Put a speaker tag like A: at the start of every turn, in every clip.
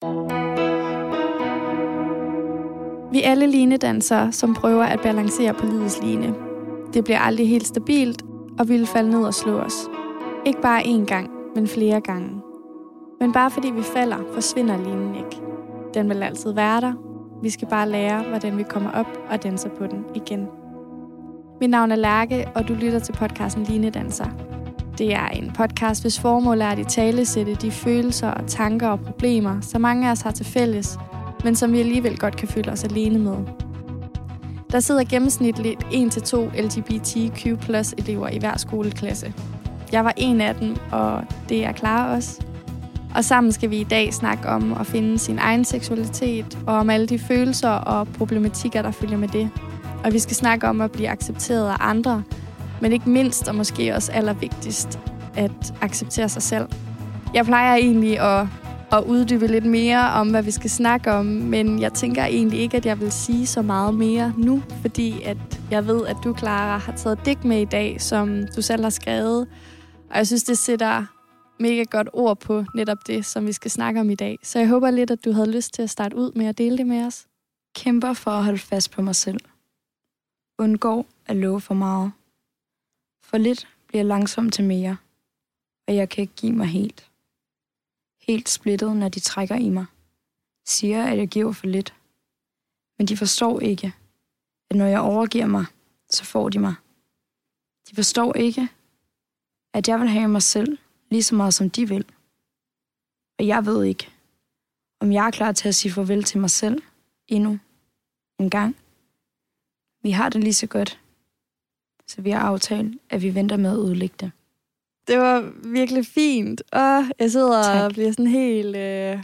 A: Vi er alle linedansere, som prøver at balancere på livets line. Det bliver aldrig helt stabilt, og vi vil falde ned og slå os. Ikke bare én gang, men flere gange. Men bare fordi vi falder, forsvinder linen ikke. Den vil altid være der. Vi skal bare lære, hvordan vi kommer op og danser på den igen. Mit navn er Lærke, og du lytter til podcasten Linedanser. Det er en podcast, hvis formål er at italesætte de følelser og tanker og problemer, som mange af os har til fælles, men som vi alligevel godt kan føle os alene med. Der sidder gennemsnitligt 1-2 LGBTQ+-elever i hver skoleklasse. Jeg var en af dem, og det er Clara også. Og sammen skal vi i dag snakke om at finde sin egen seksualitet, og om alle de følelser og problematikker, der følger med det. Og vi skal snakke om at blive accepteret af andre, men ikke mindst og måske også allervigtigst, at acceptere sig selv. Jeg plejer egentlig at uddybe lidt mere om, hvad vi skal snakke om, men jeg tænker egentlig ikke, at jeg vil sige så meget mere nu, fordi at jeg ved, at du, Clara, har taget et digt med i dag, som du selv har skrevet. Og jeg synes, det sætter mega godt ord på netop det, som vi skal snakke om i dag. Så jeg håber lidt, at du havde lyst til at starte ud med at dele det med os.
B: Kæmper for at holde fast på mig selv. Undgår at love for meget. For lidt bliver langsomt til mere, og jeg kan ikke give mig helt. Helt splittet, når de trækker i mig. Siger, at jeg giver for lidt. Men de forstår ikke, at når jeg overgiver mig, så får de mig. De forstår ikke, at jeg vil have mig selv lige så meget, som de vil. Og jeg ved ikke, om jeg er klar til at sige farvel til mig selv endnu en gang. Vi har det lige så godt, så vi har aftalt, at vi venter med at udlægge det.
A: Det var virkelig fint, og jeg sidder
B: Tak.
A: og bliver sådan helt,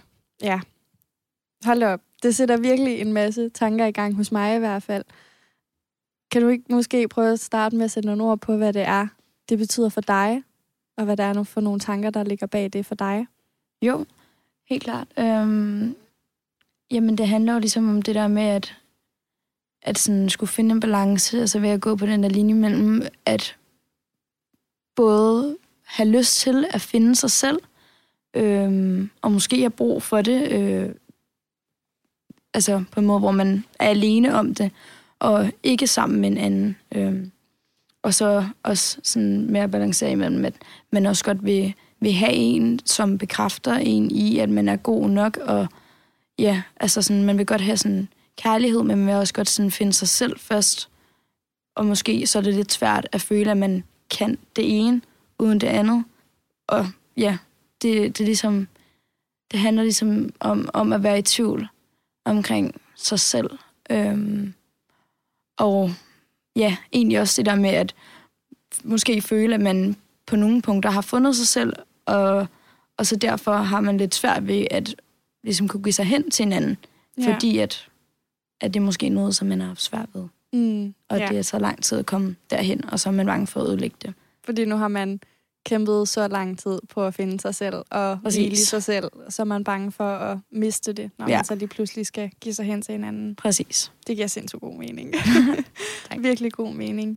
A: hold op. Det sætter virkelig en masse tanker i gang hos mig i hvert fald. Kan du ikke måske prøve at starte med at sætte nogle ord på, hvad det er, det betyder for dig, og hvad der er for nogle tanker, der ligger bag det for dig?
B: Jo, helt klart. Jamen, det handler jo ligesom om det der med, at sådan skulle finde en balance, altså ved at gå på den der linje mellem, at både have lyst til at finde sig selv, og måske have brug for det, altså på en måde, hvor man er alene om det, og ikke sammen med en anden. Og så også sådan mere balancere imellem, at man også godt vil have en, som bekræfter en i, at man er god nok, og ja, altså sådan, man vil godt have sådan kærlighed, men man vil også godt sådan finde sig selv først, og måske så er det lidt svært at føle, at man kan det ene, uden det andet. Og ja, det er ligesom, det handler ligesom om at være i tvivl omkring sig selv. Og ja, egentlig også det der med, at måske føle, at man på nogle punkter har fundet sig selv, og så derfor har man lidt svært ved at ligesom kunne give sig hen til hinanden, fordi at det er måske noget, som man har haft svært ved. Og det er så lang tid at komme derhen, og så er man bange for at ødelægge det.
A: Fordi nu har man kæmpet så lang tid på at finde sig selv og hvile sig selv, så er man bange for at miste det, når man så lige pludselig skal give sig hen til hinanden.
B: Præcis.
A: Det giver sindssygt god mening. Virkelig god mening.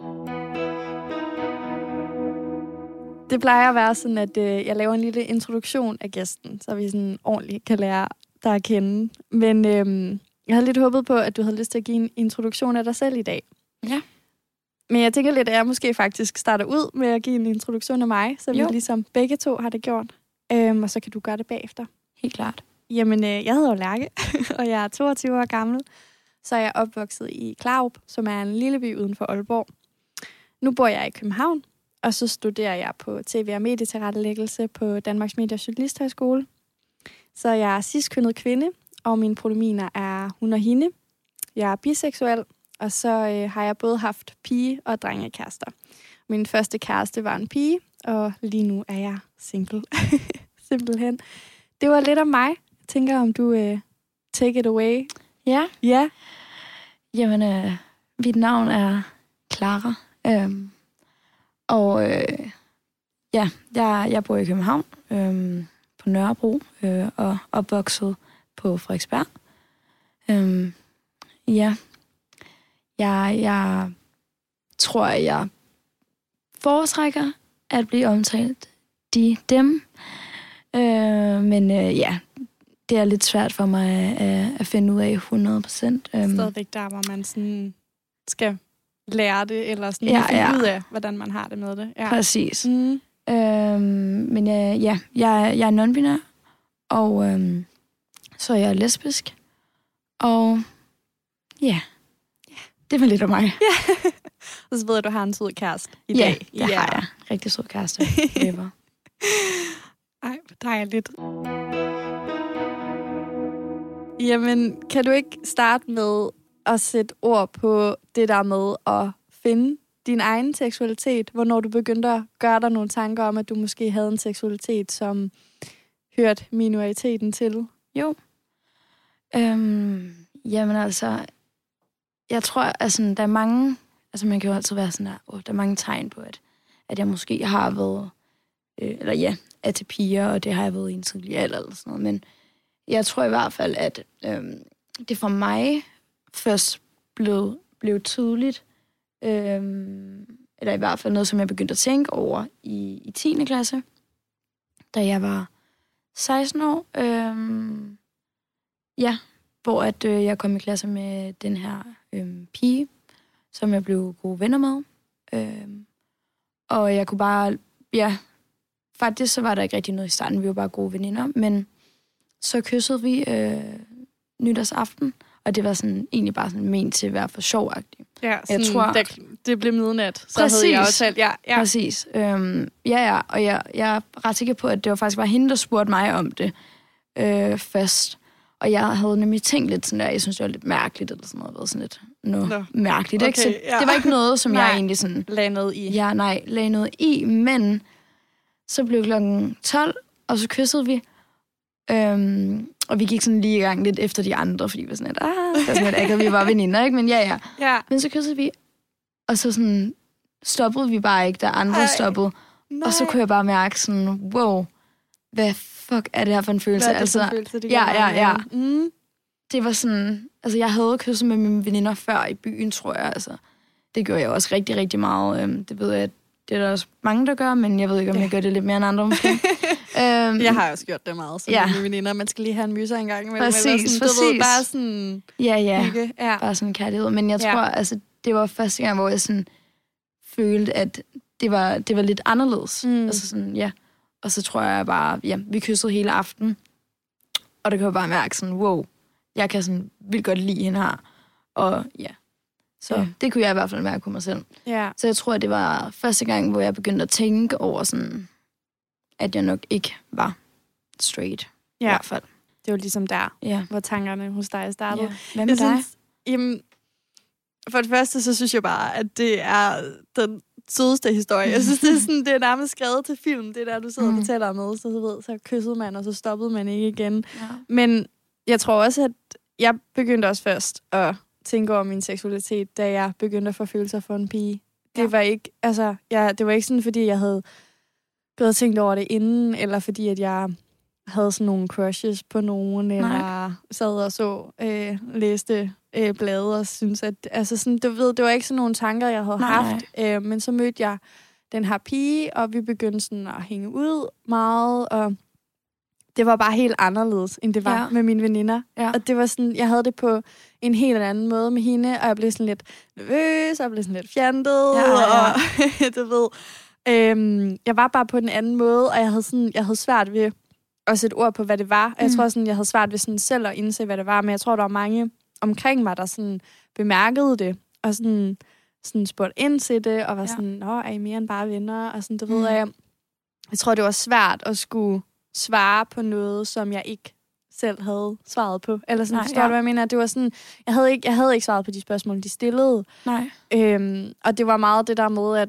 A: Det plejer at være sådan, at jeg laver en lille introduktion af gæsten, så vi sådan ordentligt kan lære dig at kende. Men jeg havde lidt håbet på, at du havde lyst til at give en introduktion af dig selv i dag.
B: Ja.
A: Men jeg tænker lidt, at jeg måske faktisk starter ud med at give en introduktion af mig, så vi ligesom begge to har det gjort. Og så kan du gøre det bagefter.
B: Helt klart.
A: Jamen, jeg hedder Lærke, og jeg er 22 år gammel. Så er jeg opvokset i Klarup, som er en lille by uden for Aalborg. Nu bor jeg i København, og så studerer jeg på TV- og medietilrettelæggelse på Danmarks Medie- og Journalisthøjskole. Så jeg er cis-kønnet kvinde, og mine pronominer er hun og hende. Jeg er biseksuel, og så har jeg både haft pige- og drengekærester. Min første kæreste var en pige, og lige nu er jeg single. Simpelthen. Det var lidt om mig. Jeg tænker, om du take it away.
B: Ja.
A: Ja.
B: Jamen, mit navn er Clara. Jeg bor i København på Nørrebro og opvokset på Frederiksberg. Jeg tror, jeg foretrækker at blive omtalt dem. det er lidt svært for mig at finde ud af 100%.
A: Stadigvæk der, hvor man sådan skal lære det, eller sådan finde ud af, hvordan man har det med det. Ja.
B: Præcis. Men jeg er non-binær, og så er jeg lesbisk. Og ja, det var lidt af mig.
A: Ja. Og så ved jeg, at du har en sød kæreste i dag.
B: Ja, det har jeg. Rigtig sød kæreste.
A: Ej, dejligt. Jamen, kan du ikke starte med at sætte ord på det der med at finde din egen seksualitet? Hvornår du begyndte at gøre dig nogle tanker om, at du måske havde en seksualitet, som hørte minoriteten til?
B: Jo. Jamen altså, jeg tror, altså, der er mange, altså man kan jo altid være sådan der, der er mange tegn på, at jeg måske har været, er til piger, og det har jeg været i en tidlig alder eller sådan noget, men jeg tror i hvert fald, at det for mig først blev tydeligt, eller i hvert fald noget, som jeg begyndte at tænke over i 10. klasse, da jeg var 16 år. Hvor at jeg kom i klasse med den her pige, som jeg blev gode venner med. Og jeg kunne bare, faktisk så var der ikke rigtig noget i starten, vi var bare gode veninder, men så kyssede vi nytårsaften, og det var sådan, egentlig bare sådan ment til at være for sjovagtigt.
A: Ja, sådan, jeg tror, det blev midnat, så præcis, havde jeg også talt. Ja.
B: Præcis. Og jeg er ret sikker på, at det var faktisk bare hende, der spurgte mig om det først. Og jeg havde nemlig tænkt lidt sådan der, jeg synes, det var lidt mærkeligt, eller sådan noget, sådan lidt mærkeligt, okay, ikke? Så det var ikke noget, som jeg egentlig sådan...
A: lagde noget i.
B: Ja, lagde noget i, men så blev klokken 12, og så kyssede vi. Og vi gik sådan lige i gang lidt efter de andre, fordi vi var sådan, at vi var veninder, ikke? Men ja. Men så kyssede vi, og så sådan stoppede vi bare ikke, da andre stoppede. Nej. Og så kunne jeg bare mærke sådan, wow, hvad fuck er det her for en følelse?
A: Hvad er det for en følelse?
B: Ja. Det var sådan, altså jeg havde kysset med mine veninder før i byen, tror jeg, altså. Det gjorde jeg også rigtig, rigtig meget. Det ved jeg, det er der også mange, der gør, men jeg ved ikke, om jeg gør det lidt mere end andre, måske. Jeg
A: har også gjort det meget, som mine veninder. Man skal lige have en myser engang.
B: Præcis.
A: Du ved, bare sådan...
B: Ja. Bare sådan kærlighed. Men jeg tror, altså, det var første gang, hvor jeg sådan følte, at det var lidt anderledes. Altså sådan, Og så tror jeg bare, vi kyssede hele aften. Og det kan jeg bare mærke sådan, wow, jeg kan sådan vildt godt lide hende her. Og så det kunne jeg i hvert fald mærke på mig selv. Ja. Så jeg tror, det var første gang, hvor jeg begyndte at tænke over sådan, at jeg nok ikke var straight. I hvert fald.
A: Det var ligesom der, hvor tankerne hos dig startede.
B: Ja. Hvad med dig?
A: Jamen, for det første, så synes jeg bare, at det er den sødeste historie. Jeg synes, det er nærmest skrevet til film. Det der, du sidder og fortæller med, så kyssede man, og så stoppede man ikke igen. Ja. Men jeg tror også, at jeg begyndte også først at tænke over min seksualitet, da jeg begyndte at få følelser for en pige. Det var ikke, det var ikke sådan, fordi jeg havde gået og tænkt over det inden, eller fordi at jeg havde sådan nogle crushes på nogen, eller sad og læste blade og synes, at altså sådan, du ved, det var ikke sådan nogle tanker, jeg havde haft. Men så mødte jeg den her pige, og vi begyndte sådan at hænge ud meget, og det var bare helt anderledes, end det var med mine veninder. Ja. Og det var sådan, jeg havde det på en helt anden måde med hende, og jeg blev sådan lidt nervøs, og jeg blev sådan lidt fjantet, og du ved, jeg var bare på den anden måde, og jeg havde svært ved at sætte ord på, hvad det var. Og jeg tror sådan, jeg havde svært ved sådan selv at indse, hvad det var, men jeg tror, der var mange omkring mig, der sådan bemærkede det, og sådan spurgte ind til det, og var sådan, er I mere end bare venner? Og sådan, du ved jeg tror, det var svært at skulle svare på noget, som jeg ikke selv havde svaret på. Eller sådan, forstår du, hvad jeg mener? Det var sådan, jeg havde ikke svaret på de spørgsmål, de stillede.
B: Nej.
A: Og det var meget det der med,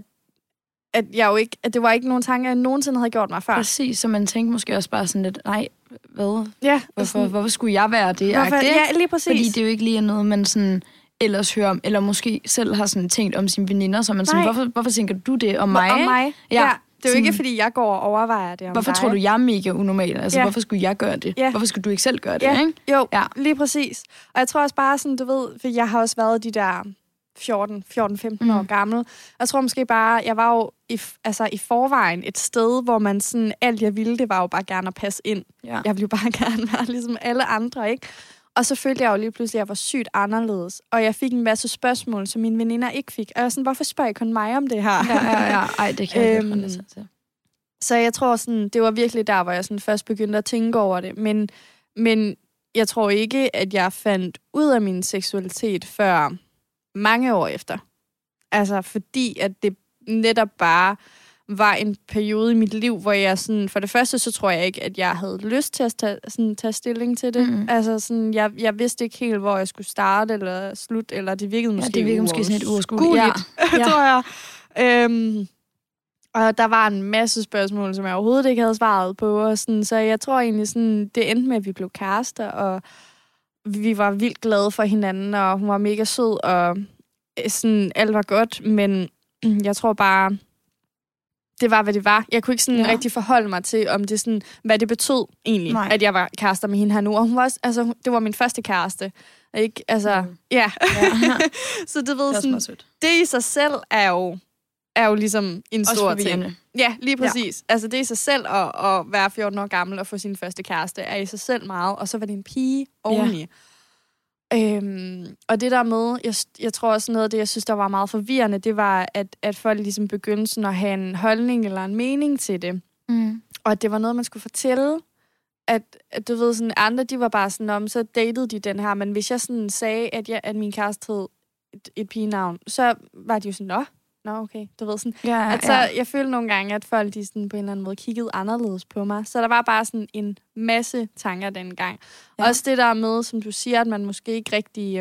A: at jeg jo ikke, at det var ikke nogen tanker, jeg nogensinde havde gjort mig før.
B: Præcis, så man tænkte måske også bare sådan lidt, nej, hvad?
A: Ja.
B: Hvorfor skulle jeg være det?
A: Ja, lige præcis.
B: Fordi det er jo ikke lige noget, man sådan ellers hører om, eller måske selv har sådan tænkt om sine veninder, så man sådan, hvorfor tænker du det om mig?
A: Om mig, ja. Det er jo ikke, fordi jeg går og overvejer det om
B: hvorfor
A: dig.
B: Tror du, jeg er mega unormal? Altså, hvorfor skulle jeg gøre det? Hvorfor skulle du ikke selv gøre det, ikke?
A: Jo, lige præcis. Og jeg tror også bare sådan, du ved, for jeg har også været de der 14-15 år gammel. Jeg tror måske bare, jeg var jo i forvejen et sted, hvor man sådan, alt jeg ville, det var jo bare gerne at passe ind. Ja. Jeg ville jo bare gerne være ligesom alle andre, ikke? Og så følte jeg jo lige pludselig, at jeg var sygt anderledes. Og jeg fik en masse spørgsmål, som mine veninder ikke fik. Og jeg var sådan, hvorfor spørger I kun mig om det her?
B: Ja. Ej, det kan jeg godt til.
A: Så jeg tror sådan, det var virkelig der, hvor jeg sådan først begyndte at tænke over det. Men jeg tror ikke, at jeg fandt ud af min seksualitet før mange år efter. Altså fordi, at det netop bare var en periode i mit liv, hvor jeg sådan, for det første, så tror jeg ikke, at jeg havde lyst til at tage stilling til det. Mm. Altså sådan, jeg vidste ikke helt, hvor jeg skulle starte eller slutte, eller det virkede måske
B: sådan et uoverskueligt,
A: tror jeg. Og der var en masse spørgsmål, som jeg overhovedet ikke havde svaret på, og sådan, så jeg tror egentlig, sådan, det endte med, at vi blev kærester, og vi var vildt glade for hinanden, og hun var mega sød, og sådan, alt var godt, men jeg tror bare, det var, hvad det var. Jeg kunne ikke sådan rigtig forholde mig til, om det sådan, hvad det betød egentlig, at jeg var kærester med hende her nu. Og hun var også, altså, det var min første kæreste. Ikke? Altså, ja. Så det ved sådan, det i sig selv er jo ligesom en stor ting. Ja, lige præcis. Ja. Altså det i sig selv at være 14 år gammel og få sin første kæreste, er i sig selv meget. Og så var det en pige oveni. Ja. Og det der med, jeg tror også noget af det, jeg synes, der var meget forvirrende, det var, at folk ligesom begyndte sådan at have en holdning eller en mening til det. Mm. Og at det var noget, man skulle fortælle. At du ved, sådan andre, de var bare sådan om, så datede de den her, men hvis jeg sådan sagde, at min kæreste hed et pigenavn, så var de jo sådan, Nå, okay, du ved sådan. Så jeg følte nogle gange, at folk de sådan på en eller anden måde kiggede anderledes på mig. Så der var bare sådan en masse tanker dengang. Ja. Også det der med, som du siger, at man måske ikke rigtig,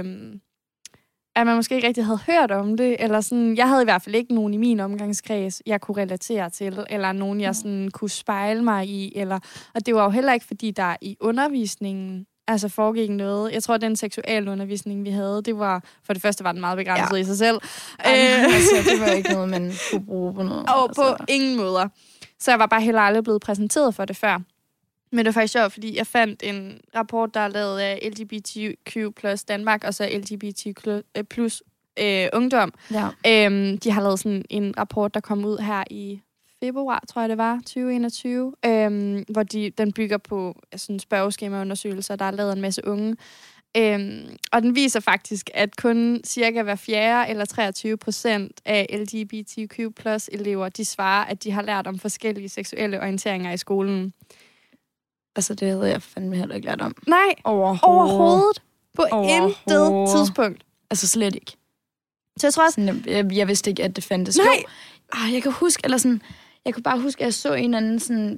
A: havde hørt om det, eller sådan, jeg havde i hvert fald ikke nogen i min omgangskreds, jeg kunne relatere til, eller nogen, jeg sådan kunne spejle mig i, og det var jo heller ikke, fordi der i undervisningen foregik noget. Jeg tror, at den seksuelle undervisning, vi havde, det var, for det første var den meget begrænset i sig selv.
B: Det var ikke noget, man kunne bruge på noget.
A: Og på ingen måder. Så jeg var bare heller aldrig blevet præsenteret for det før. Men det var faktisk sjovt, fordi jeg fandt en rapport, der er lavet af LGBTQ plus Danmark, og så LGBTQ plus ungdom. Ja. De har lavet sådan en rapport, der kom ud her i februar, tror jeg det var, 2021, hvor den bygger på sådan spørgeskemaundersøgelser, der er lavet en masse unge. Og den viser faktisk, at kun cirka hver 4. eller 23% af LGBTQ plus elever, de svarer, at de har lært om forskellige seksuelle orienteringer i skolen.
B: Altså, det havde jeg fandme heller ikke lært om.
A: Nej, overhovedet. På intet tidspunkt.
B: Altså, slet ikke.
A: Så jeg tror også...
B: Jeg vidste ikke, at det fandtes.
A: Nej!
B: Jeg kan huske, jeg kunne bare huske, at jeg så en anden sådan,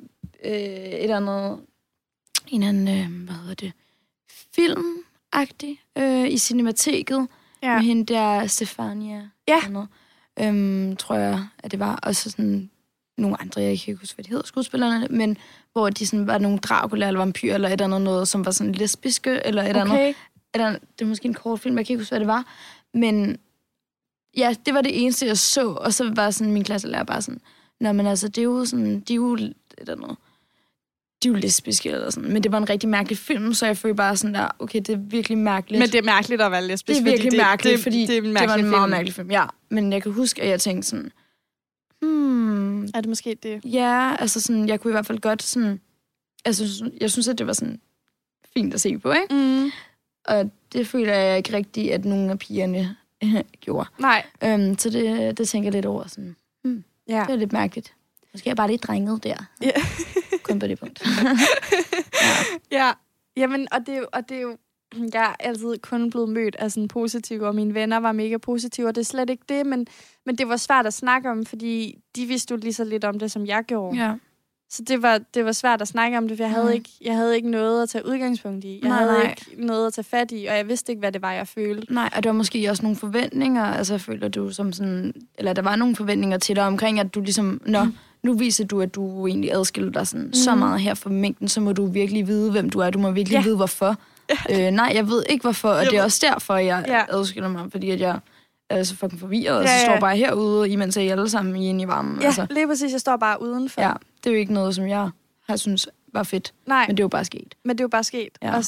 B: filmagtig i Cinemateket med hende der Stefania.
A: Ja.
B: Tror jeg, at det var. Og så sådan nogle andre, jeg kan ikke huske, hvad de hedder, skuespillerne, men hvor de sådan var nogle Dracula eller vampyr eller et eller andet noget, som var sådan lesbiske eller et andet. Det er måske en kortfilm, jeg kan ikke huske, hvad det var. Men ja, det var det eneste, jeg så. Og så var sådan min klasselærer bare sådan, nå, men altså, det er jo sådan, de er jo lesbiske eller sådan. Men det var en rigtig mærkelig film, så jeg følte bare sådan der, okay, det er virkelig mærkeligt.
A: Men det er mærkeligt at være lesbisk.
B: Det er virkelig mærkeligt, fordi
A: det
B: var en meget mærkelig film. Ja, men jeg kan huske, at jeg tænkte sådan,
A: er det måske det?
B: Ja, altså sådan, jeg kunne i hvert fald godt sådan, altså, jeg synes, at det var sådan fint at se på, ikke? Mm. Og det føler jeg ikke rigtigt, at nogle af pigerne gjorde.
A: Nej.
B: Så det tænker jeg lidt over sådan,
A: ja.
B: Det er lidt mærkeligt. Måske er jeg bare lidt drenget der.
A: Ja.
B: Kun på det punkt.
A: Ja. Jamen, og det er jo, jeg er altid kun blevet mødt af sådan positive, og mine venner var mega positive, og det er slet ikke det, men det var svært at snakke om, fordi de vidste jo lige så lidt om det, som jeg gjorde. Ja. Så det var svært at snakke om det, for jeg havde ikke noget at tage udgangspunkt i. Jeg havde ikke noget at tage fat i, og jeg vidste ikke, hvad det var, jeg følte.
B: Nej, og der var måske også nogle forventninger, altså føler du som sådan, eller der var nogle forventninger til dig omkring, at du ligesom, nu viser du, at du egentlig adskiller dig sådan, så meget her fra mængden, så må du virkelig vide, hvem du er. Du må virkelig vide, hvorfor. Nej, jeg ved ikke, hvorfor, og det er også derfor, jeg adskiller mig, fordi at jeg er så fucking forvirret, og så står bare herude, imens jeg alle sammen inde i varmen.
A: Ja, altså. Lige præcis, jeg står bare udenfor.
B: Ja, det er jo ikke noget, som jeg har synes var fedt.
A: Nej.
B: Men det er jo bare sket.
A: Men det er jo bare sket.
B: Ja.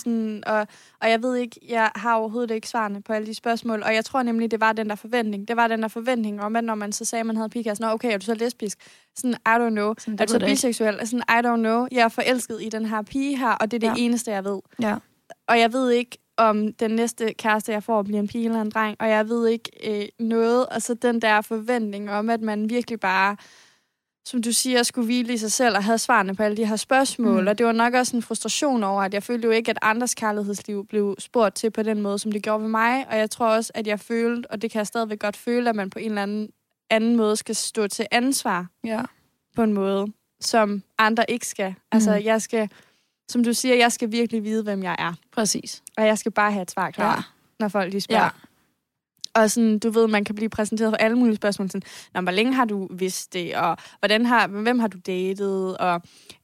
A: Og jeg ved ikke, jeg har overhovedet ikke svarene på alle de spørgsmål. Og jeg tror nemlig, det var den der forventning. Det var den der forventning om, at når man så sagde, at man havde pigekæreste, okay, er du så lesbisk? Sådan, I don't know.
B: Sådan,
A: er du så biseksuel? Sådan, I don't know. Jeg er forelsket i den her pige her, og det er det eneste, jeg ved.
B: Ja.
A: Og jeg ved ikke, om den næste kæreste, jeg får, bliver en pige eller en dreng. Og jeg ved ikke noget. Og så den der forventning om, at man virkelig bare, som du siger, skulle hvile i sig selv og have svarene på alle de her spørgsmål. Og det var nok også en frustration over, at jeg følte jo ikke, at andres kærlighedsliv blev spurgt til på den måde, som det gjorde ved mig. Og jeg tror også, at jeg følte, og det kan jeg stadigvæk godt føle, at man på en eller anden måde skal stå til ansvar på en måde, som andre ikke skal. Altså, jeg skal, som du siger, jeg skal virkelig vide, hvem jeg er.
B: Præcis.
A: Og jeg skal bare have et svar klar, når folk de spørger. Ja. Og sådan, du ved, man kan blive præsenteret for alle mulige spørgsmål. Sådan, hvor længe har du vidst det? Og hvem har du datet? Og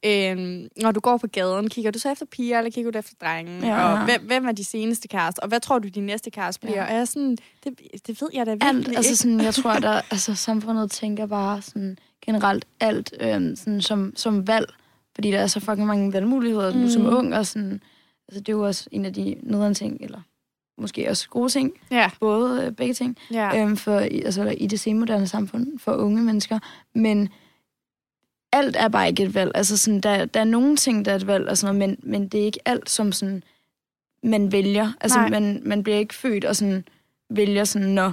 A: når du går på gaden, kigger du så efter piger, eller kigger du efter drenge? Ja. Og hvem er de seneste kærester? Og hvad tror du, din næste kæreste bliver? Og jeg er sådan, det ved jeg da virkelig
B: alt, altså sådan, jeg tror, at samfundet tænker bare sådan, generelt alt sådan, som valg. Fordi der er så fucking mange valgmuligheder, du som ung. Og sådan, altså, det er jo også en af de nederen ting, eller måske også gode ting. Ja. Både begge ting. Ja. I det senmoderne samfund for unge mennesker. Men alt er bare ikke et valg. Altså sådan, der er nogle ting, der er et valg, og sådan noget, men det er ikke alt, som sådan, man vælger. Altså man bliver ikke født og sådan, vælger sådan,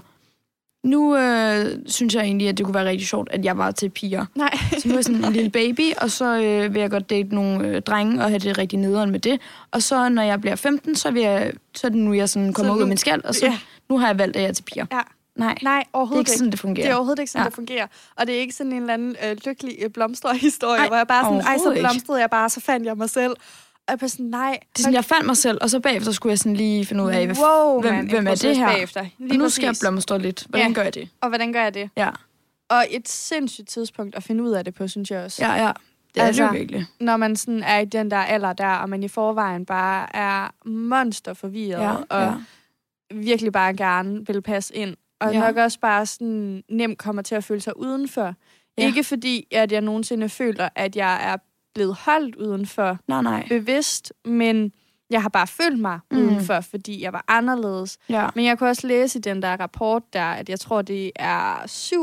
B: nu synes jeg egentlig, at det kunne være rigtig sjovt, at jeg var til piger. Nej. Så nu er jeg sådan en lille baby, og så vil jeg godt date nogle drenge og have det rigtig nederen med det. Og så når jeg bliver 15, så er det nu, jeg sådan kommer ud af min skal, og så nu har jeg valgt, at jeg er til piger. Ja. Nej, overhovedet det er ikke sådan, det fungerer. Det er overhovedet ikke sådan, det fungerer. Og det er ikke sådan en eller anden lykkelig blomsterhistorie, hvor jeg bare sådan, så blomstrede jeg bare, så fandt jeg mig selv. Og jeg bare sådan, nej. Det er sådan, jeg fandt mig selv, og så bagefter skulle jeg sådan lige finde ud af, hvem er det her? Bagefter. Og nu skal jeg blomstre lidt. Hvordan gør jeg det? Og hvordan gør jeg det? Ja. Og et sindssygt tidspunkt at finde ud af det på, synes jeg også. Ja. Det er det virkelig. Når man sådan er i den der alder der, og man i forvejen bare er monsterforvirret, og virkelig bare gerne vil passe ind. Og nok også bare sådan nemt kommer til at føle sig udenfor. Ja. Ikke fordi, at jeg nogensinde føler, at jeg er blevet holdt udenfor bevidst, men jeg har bare følt mig udenfor, fordi jeg var anderledes. Ja. Men jeg kunne også læse i den der rapport der, at jeg tror, det er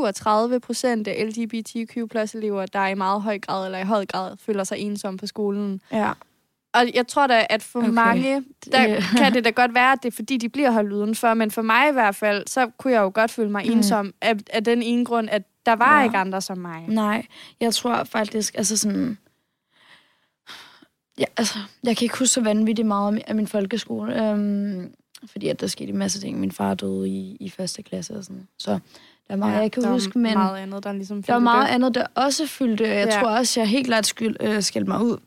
B: 37% af LGBTQ+-elever, der i meget høj grad eller i høj grad føler sig ensomme på skolen. Ja. Og jeg tror da, at for mange, der kan det da godt være, at det er fordi, de bliver holdt udenfor, men for mig i hvert fald, så kunne jeg jo godt føle mig ensom af den ene grund, at der var ikke andre som mig. Nej, jeg tror faktisk, altså sådan... Ja, altså, jeg kan ikke huske så vanvittigt meget af min folkeskole, fordi at der skete en masse ting. Min far døde i første klasse og sådan. Så der er meget, jeg kan huske, men meget andet, der ligesom der var meget andet, der også fyldte. Jeg tror også, jeg helt klart skilte mig ud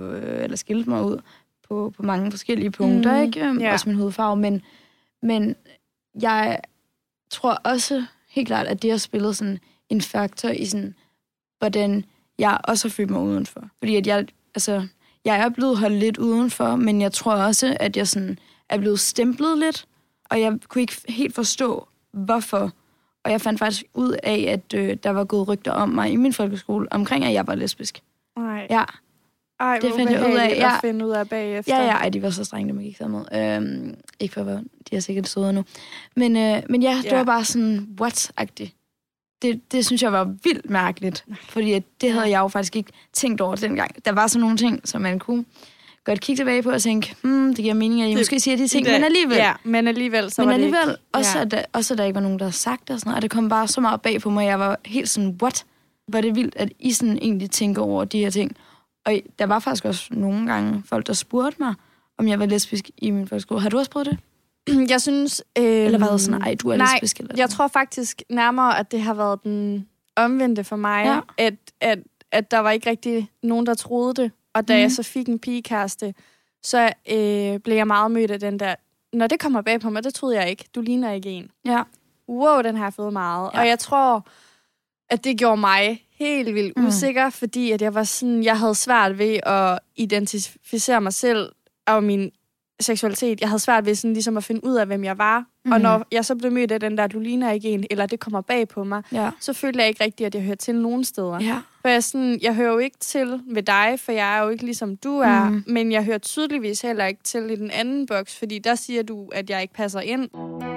B: på mange forskellige punkter, ikke? Også min hudfarve, men jeg tror også helt klart, at det har spillet sådan en faktor i sådan, hvordan jeg også har følt mig udenfor. Fordi at jeg er blevet holdt lidt udenfor, men jeg tror også, at jeg sådan er blevet stemplet lidt, og jeg kunne ikke helt forstå, hvorfor. Og jeg fandt faktisk ud af, at der var gået rygter om mig i min folkeskole, omkring at jeg var lesbisk. Nej. Ja. Ej, det fandt jeg ud af. At finde ud af bagefter. Ja, de var så strenge, man gik sammen. Ikke for, de er sikkert søde nu. Men det var bare sådan, what-agtigt. Det synes jeg var vildt mærkeligt, fordi det havde jeg jo faktisk ikke tænkt over dengang. Der var sådan nogle ting, som man kunne godt kigge tilbage på og tænke, det giver mening, at I måske siger de ting, men alligevel. Ja, men alligevel, så var det ikke. Også der ikke var nogen, der havde sagt det og sådan noget, og det kom bare så meget bag på mig, jeg var helt sådan, what? Var det vildt, at I sådan egentlig tænker over de her ting? Og der var faktisk også nogle gange folk, der spurgte mig, om jeg var lesbisk i min folkeskole. Har du også prøvet det? Jeg synes... eller var det sådan, du er lesbisk? Eller jeg tror faktisk nærmere, at det har været den omvendte for mig, at der var ikke rigtig nogen, der troede det. Og da jeg så fik en pigekæreste, så blev jeg meget mødt af den der, når det kommer bag på mig, det troede jeg ikke. Du ligner ikke en. Ja. Wow, den har jeg fået meget. Ja. Og jeg tror, at det gjorde mig helt vildt usikker, fordi at jeg var sådan, jeg havde svært ved at identificere mig selv og min
A: seksualitet. Jeg havde svært ved sådan ligesom at finde ud af, hvem jeg var. Og når jeg så blev mødt af den der, du ligner ikke en, eller det kommer bag på mig, så følte jeg ikke rigtigt, at jeg hørte til nogen steder.
B: Ja.
A: For jeg hører jo ikke til ved dig, for jeg er jo ikke ligesom du er, men jeg hører tydeligvis heller ikke til i den anden boks, fordi der siger du, at jeg ikke passer ind.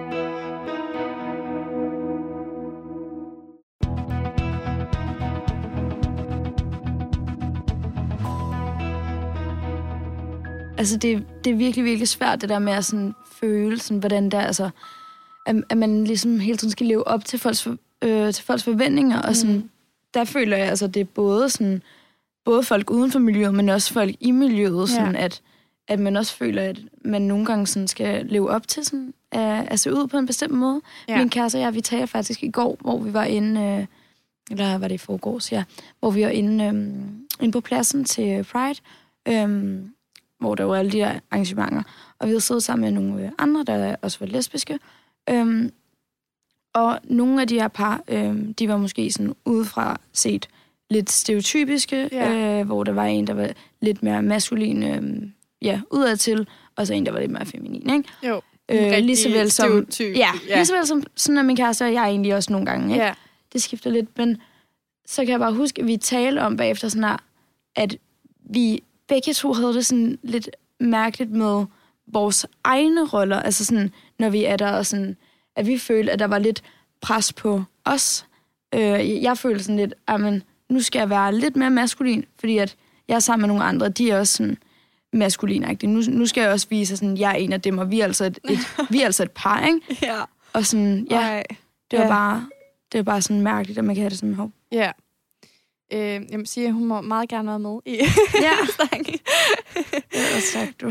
B: Altså, det er virkelig, virkelig svært, det der med at sådan føle, sådan, hvordan der, altså, at man ligesom hele tiden skal leve op til folks forventninger, og sådan, der føler jeg, altså, det er både folk uden for miljøet, men også folk i miljøet, sådan, at man også føler, at man nogle gange sådan skal leve op til sådan, at se ud på en bestemt måde. Ja. Min kæreste og jeg, vi talte faktisk i går, hvor vi var inde, eller var det i forgårs, hvor vi var inde på pladsen til Pride, hvor der var alle de der arrangementer. Og vi havde siddet sammen med nogle andre, der også var lesbiske. Og nogle af de her par, de var måske sådan udefra set lidt stereotypiske, hvor der var en, der var lidt mere maskulin, udadtil, og så en, der var lidt mere feminin, ikke?
A: Jo,
B: lige så vel som
A: stereotyp.
B: Lige så vel som sådan er min kæreste, og jeg egentlig også nogle gange, ikke?
A: Ja.
B: Det skifter lidt, men så kan jeg bare huske, at vi talte om bagefter sådan her, at vi begge to havde det sådan lidt mærkeligt med vores egne roller, altså sådan, når vi er der, og sådan, at vi følte, at der var lidt pres på os. Jeg følte sådan lidt, at nu skal jeg være lidt mere maskulin, fordi at jeg er sammen med nogle andre, de er også sådan maskulinagtige. Nu skal jeg også vise, sådan, jeg er en af dem, og vi er altså et par, ikke?
A: Ja.
B: Og sådan, det var bare sådan mærkeligt, at man kan have det sådan hov.
A: Ja. Jeg siger, at hun må meget gerne være med i snakken.
B: Det var sagt, du.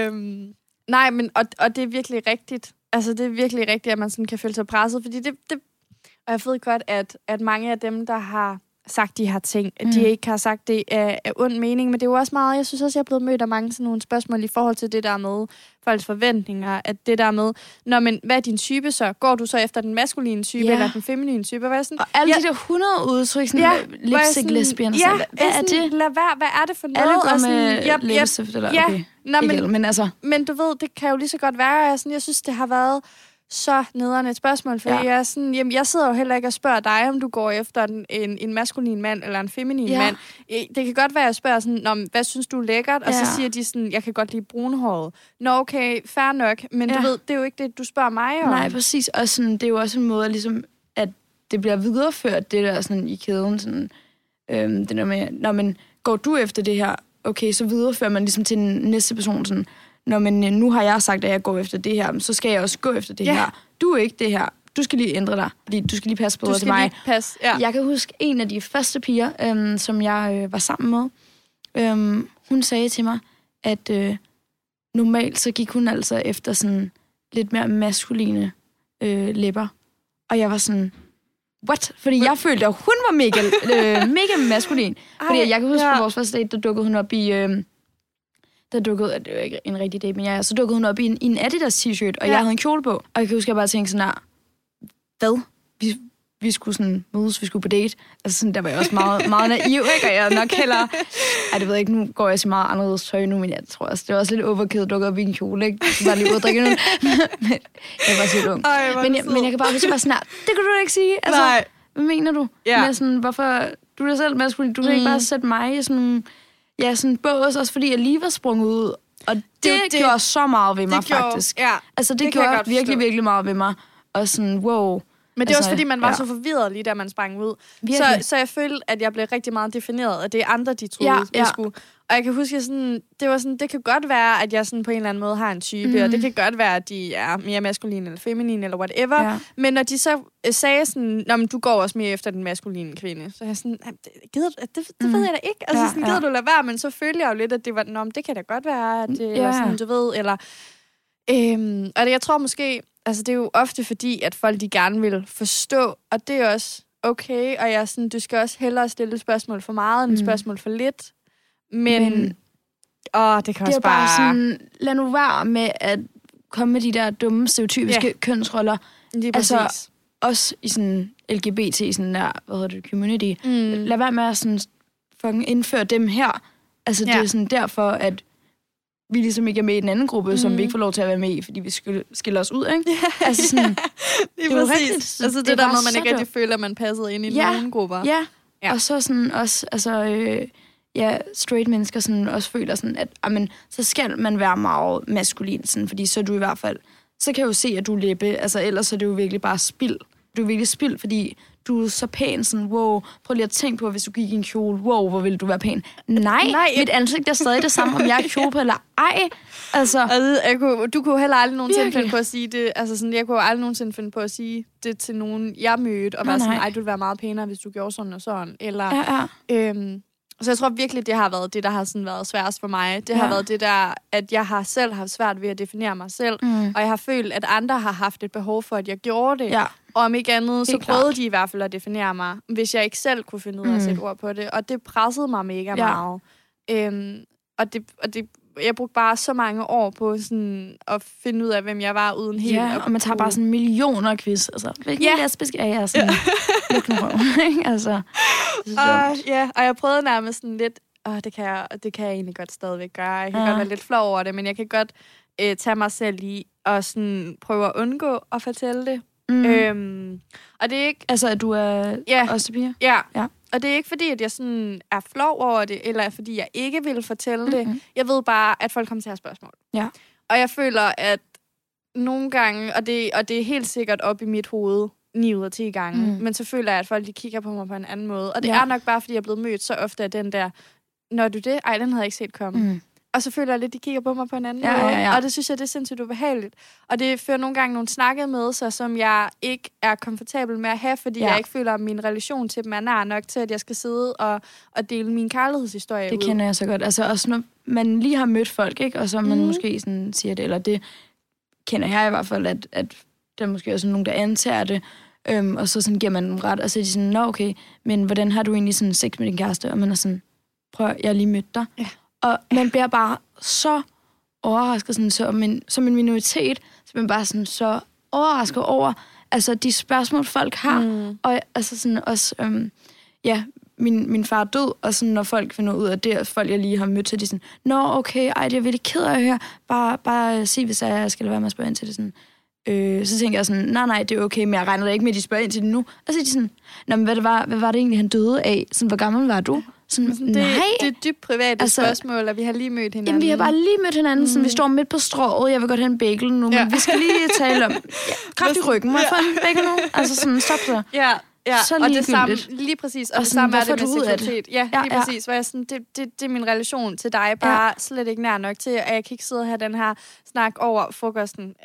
A: Nej, men og det er virkelig rigtigt. Altså, det er virkelig rigtigt, at man sådan kan føle sig presset, fordi det og jeg ved godt, at mange af dem, der har sagt de her ting, de ikke har sagt det af ond mening, men det er jo også meget, jeg synes også, jeg er blevet mødt af mange sådan nogle spørgsmål i forhold til det der med folks forventninger, at det der med, men hvad er din type så? Går du så efter den maskuline type, eller den feminine type? Hvad er sådan,
B: og alle de der 100 udtryk, sådan lipstick, lesbian,
A: hvad
B: er det?
A: Lad være, hvad er det for noget?
B: Alle går med læbestift, eller okay. Men altså.
A: Men du ved, det kan jo lige så godt være, jeg synes, det har været så nederen et spørgsmål, for jeg er sådan, jeg sidder jo heller ikke og spørger dig, om du går efter en maskulin mand eller en feminin mand. Det kan godt være, at jeg spørger sådan, hvad synes du er lækkert? Og så siger de sådan, jeg kan godt lide brunhåret. Nå, okay, fair nok, men du ved, det er jo ikke det, du spørger mig om.
B: Nej, præcis. Og sådan, det er jo også en måde, ligesom, at det bliver videreført, det der sådan i kæden. Sådan, det der med, men går du efter det her? Okay, så viderefører man ligesom til den næste person sådan, men nu har jeg sagt, at jeg går efter det her, så skal jeg også gå efter det her. Du er ikke det her. Du skal lige ændre dig, fordi du skal lige passe bedre til mig. Jeg kan huske, en af de første piger, som jeg var sammen med, hun sagde til mig, at normalt så gik hun altså efter sådan lidt mere maskuline læber. Og jeg var sådan, what? Fordi jeg følte, at hun var mega maskulin. Fordi jeg kan huske, på vores første date, der dukkede hun op i... det var ikke en rigtig date, men så dukkede hun op i en Adidas t-shirt, og jeg havde en kjole på. Og jeg kan huske, at jeg bare tænkte sådan her, hvad? Vi skulle sådan mødes, vi skulle på date. Altså sådan, der var jeg også meget, meget naiv, ikke? Og jeg nok heller... Ej, det ved jeg ikke, nu går jeg så meget anderledes tøj nu, men jeg tror også, det var også lidt overkill, dukket op i en kjole, ikke? Jeg bare lige ud og drikke noget. Men jeg var så ung. Men jeg kan bare huske, bare sådan her, det kan du da ikke sige. Altså, nej. Hvad mener du? Med sådan, hvorfor... Du er da selv maskulin, du kan ikke bare sætte mig i sådan... Ja, sådan bås, også fordi jeg lige var sprunget ud. Og det gjorde så meget ved mig, faktisk. Ja, altså, det gjorde virkelig, virkelig meget ved mig. Og sådan, wow.
A: Men det er også fordi, man var så forvirret lige da man sprang ud. Så jeg følte, at jeg blev rigtig meget defineret af det andre, de troede, jeg skulle. Og jeg kan huske, sådan, det kan godt være, at jeg sådan på en eller anden måde har en type, og det kan godt være, at de er mere maskuline eller feminine eller whatever. Ja. Men når de så sagde sådan, du går også mere efter den maskuline kvinde, så jeg sådan, det ved jeg da ikke. Altså sådan, gider du lade være? Men så følte jeg jo lidt, at det var, det kan da godt være, at det var sådan, du ved, eller... og jeg tror måske, altså det er jo ofte fordi, at folk de gerne vil forstå, og det er også okay, og jeg sådan, du skal også hellere stille spørgsmål for meget, end spørgsmål for lidt. Men det kan
B: det
A: også
B: bare sådan, lad nu være med at komme med de der dumme, stereotypiske kønsroller. Altså, også i sådan LGBT, sådan der, community. Lad være med at sådan fucking indføre dem her. Altså, det er sådan derfor, at vi ligesom ikke er med i den anden gruppe, som vi ikke får lov til at være med i, fordi vi skiller os ud, ikke? Altså sådan,
A: det er præcis. Rigtigt, altså det der med, at man ikke rigtig føler, at man passede ind i nogle grupper.
B: Ja, og så sådan også, altså, straight mennesker sådan også føler sådan, at amen, så skal man være meget maskulin, sådan, fordi så er du i hvert fald, så kan jeg jo se, at du er læbe, altså ellers er det jo virkelig bare spild. Du er virkelig spild, fordi du er så pæn, sådan, wow, prøv lige at tænke på, hvis du gik i en kjole, wow, hvor ville du være pæn? Nej, mit ansigt er stadig det samme, om jeg er kjole på eller ej. Altså,
A: du kunne heller aldrig nogensinde finde på at sige det, altså sådan, jeg kunne aldrig nogensinde finde på at sige det til nogen, jeg mødte, og være sådan, ej, du ville være meget pænere, hvis du gjorde sådan og sådan, eller, så jeg tror virkelig, det har været det, der har sådan været sværest for mig. Det har været det der, at jeg har selv haft svært ved at definere mig selv, og jeg har følt, at andre har haft et behov for, at jeg gjorde det. Ja. Og om ikke andet, så prøvede de i hvert fald at definere mig, hvis jeg ikke selv kunne finde ud af at sætte ord på det. Og det pressede mig mega meget. Og det jeg brugte bare så mange år på sådan at finde ud af, hvem jeg var uden helt.
B: Ja, og man tager bare sådan millioner af quiz. Altså, hvilken lesbisk er jeg? Sådan, altså,
A: og jeg prøvede nærmest sådan lidt, det kan jeg egentlig godt stadigvæk gøre. Jeg kan godt være lidt flov over det, men jeg kan godt tage mig selv i og sådan prøve at undgå at fortælle det. Og det er ikke...
B: Altså, at du er også piger?
A: Ja. Og det er ikke fordi, at jeg sådan er flov over det, eller fordi jeg ikke vil fortælle det. Jeg ved bare, at folk kommer til at have spørgsmål. Ja. Og jeg føler, at nogle gange, og det er helt sikkert op i mit hoved, 9 ud af 10 gange, men så føler jeg, at folk de kigger på mig på en anden måde. Og det er nok bare, fordi jeg er blevet mødt så ofte af den der, når du det? Ej, den havde jeg ikke set komme. Og så føler jeg lidt, de kigger på mig på en anden måde. Ja. Og det synes jeg, det er sindssygt ubehageligt. Og det fører nogle gange nogle snakke med sig, som jeg ikke er komfortabel med at have, fordi jeg ikke føler, at min relation til dem er nær nok til, at jeg skal sidde og dele min kærlighedshistorie
B: ud. Det kender jeg så godt. Altså også når man lige har mødt folk, ikke? Og så man måske sådan siger det, eller det kender jeg i hvert fald, at der måske også nogen, der antager det, og så sådan giver man dem ret, og så er de sådan, nå okay, men hvordan har du egentlig sådan sex med din kæreste? Og man er sådan, prøv, jeg har lige mødt dig. Ja. Og man bliver bare så overrasket, sådan, som en minoritet, så man bare sådan så overrasket over, altså de spørgsmål, folk har. Og altså sådan også, min far er død, og sådan, når folk finder ud af det, folk jeg lige har mødt, så de sådan, nå okay, ej, det er virkelig ked af at høre, bare sig, hvis jeg skal lade være med at spørge ind til det sådan. Så tænker jeg sådan, nej, det er okay, men jeg regner da ikke med, at de spørger ind til det nu. Og så er de sådan, nå, men hvad var det egentlig, han døde af? Sådan, hvor gammel var du? Sådan,
A: det er dybt private spørgsmål, og vi har lige mødt hinanden.
B: Jamen, vi har bare lige mødt hinanden. Sådan, vi står midt på strået, jeg vil godt have en bagel nu, men vi skal lige tale om kraft i ryggen. Må jeg få en bagel nu? Altså sådan, stop så.
A: Ja,
B: så
A: og det samme, lige præcis, og det samme er det med seksualitet.
B: Ja,
A: lige præcis, hvor jeg sådan, det er min relation til dig, bare slet ikke nær nok til, at jeg kan ikke sidde og have den her snak over frokosten.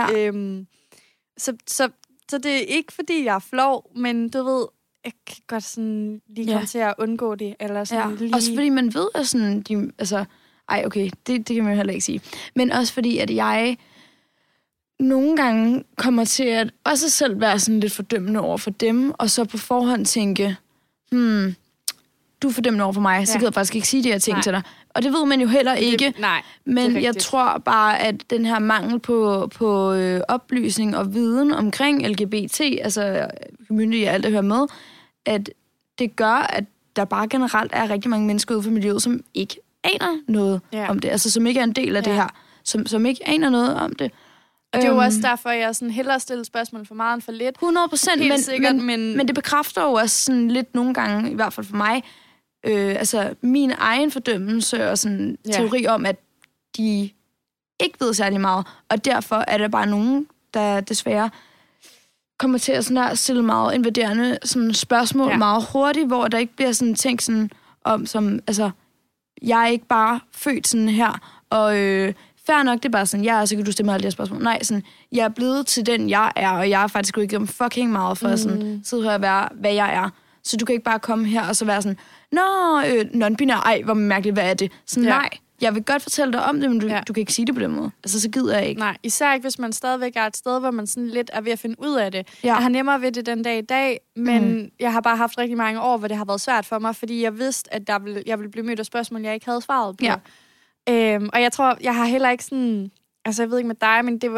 A: Så det er ikke, fordi jeg er flov, men du ved, jeg kan godt sådan lige komme til at undgå det, eller sådan lige...
B: Også fordi man ved, at sådan, det kan man jo heller ikke sige. Men også fordi, at jeg nogle gange kommer til at også selv være sådan lidt fordømmende over for dem, og så på forhånd tænke, du er fordømmende over for mig, så kan jeg faktisk ikke sige de her ting til dig. Og det ved man jo heller ikke. Men jeg tror bare, at den her mangel på oplysning og viden omkring LGBT, altså community og alt det hører med, at det gør, at der bare generelt er rigtig mange mennesker ude for miljøet, som ikke aner noget om det. Altså som ikke er en del af det her. Som ikke aner noget om det.
A: Og det er jo også derfor, jeg sådan hellere stiller spørgsmål for meget end for lidt.
B: 100%, men det bekræfter jo også sådan lidt nogle gange, i hvert fald for mig, altså min egen fordømmelse og sådan teori om, at de ikke ved særlig meget. Og derfor er der bare nogen, der desværre kommer til at sådan stille meget invaderende sådan spørgsmål meget hurtigt, hvor der ikke bliver sådan tænkt sådan om, som, altså, jeg er ikke bare født sådan her, og fair nok, det er bare sådan, så kan du stemme alle de her spørgsmål. Nej, sådan, jeg er blevet til den, jeg er, og jeg har faktisk gået igennem fucking meget for at sådan, sidde her og være, hvad jeg er. Så du kan ikke bare komme her og så være sådan, non-binær, ej, hvor mærkeligt, hvad er det? Sådan, nej, jeg vil godt fortælle dig om det, men du kan ikke sige det på den måde. Altså, så gider jeg ikke.
A: Nej, især ikke, hvis man stadigvæk er et sted, hvor man sådan lidt er ved at finde ud af det. Jeg har nemmere ved det den dag i dag, men jeg har bare haft rigtig mange år, hvor det har været svært for mig, fordi jeg vidste, at jeg ville blive mødt af spørgsmål, jeg ikke havde svaret på. Og jeg tror, jeg har heller ikke sådan... Altså, jeg ved ikke med dig, men det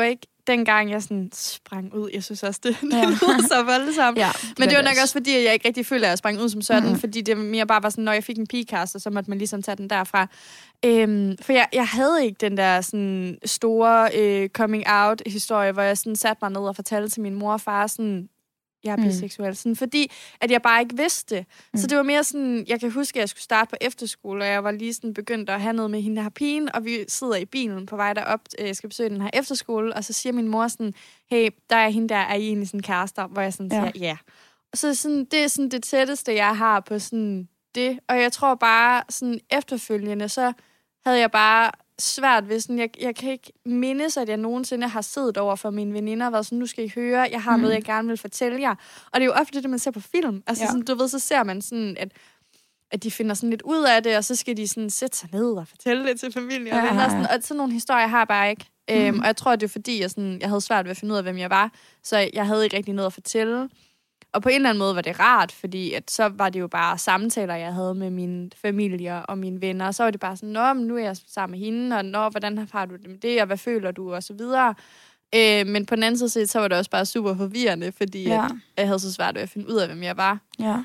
A: dengang jeg sådan sprang ud, jeg synes også, det lyder så voldsomt.
B: Ja,
A: men det var nok også fordi, at jeg ikke rigtig følte, at jeg sprang ud som sådan, fordi det mere bare var sådan, når jeg fik en pigekæreste, så måtte man ligesom tage den derfra. For jeg havde ikke den der sådan store coming-out-historie, hvor jeg sådan satte mig ned og fortalte til min mor og far, sådan, jeg er biseksuel. Sådan, fordi at jeg bare ikke vidste det. Så det var mere sådan, jeg kan huske, at jeg skulle starte på efterskole, og jeg var lige sådan begyndt at have noget med hende her pigen, og vi sidder i bilen på vej derop, jeg skal besøge den her efterskole, og så siger min mor sådan, hey, der er hende der, er I egentlig sådan kærester? Hvor jeg sådan siger, ja. Og så sådan, det er sådan det tætteste, jeg har på sådan det, og jeg tror bare sådan efterfølgende, så havde jeg bare svært ved sådan, jeg kan ikke mindes, at jeg nogensinde har siddet over for mine veninder og været sådan, nu skal I høre, jeg har noget, jeg gerne vil fortælle jer. Og det er jo ofte det, man ser på film. Altså sådan, du ved, så ser man sådan, at de finder sådan lidt ud af det, og så skal de sådan sætte sig ned og fortælle det til familie og venner. Sådan, og sådan nogle historier har jeg bare ikke. Og jeg tror, det er fordi, jeg havde svært ved at finde ud af, hvem jeg var, så jeg havde ikke rigtig noget at fortælle. Og på en eller anden måde var det rart, fordi at så var det jo bare samtaler, jeg havde med min familie og mine venner. Og så var det bare sådan, nå, men nu er jeg sammen med hende, og nå, hvordan har du det med det, og hvad føler du, og så videre. Men på den anden side, så var det også bare super forvirrende, fordi at jeg havde så svært ved at finde ud af, hvem jeg var.
B: Ja.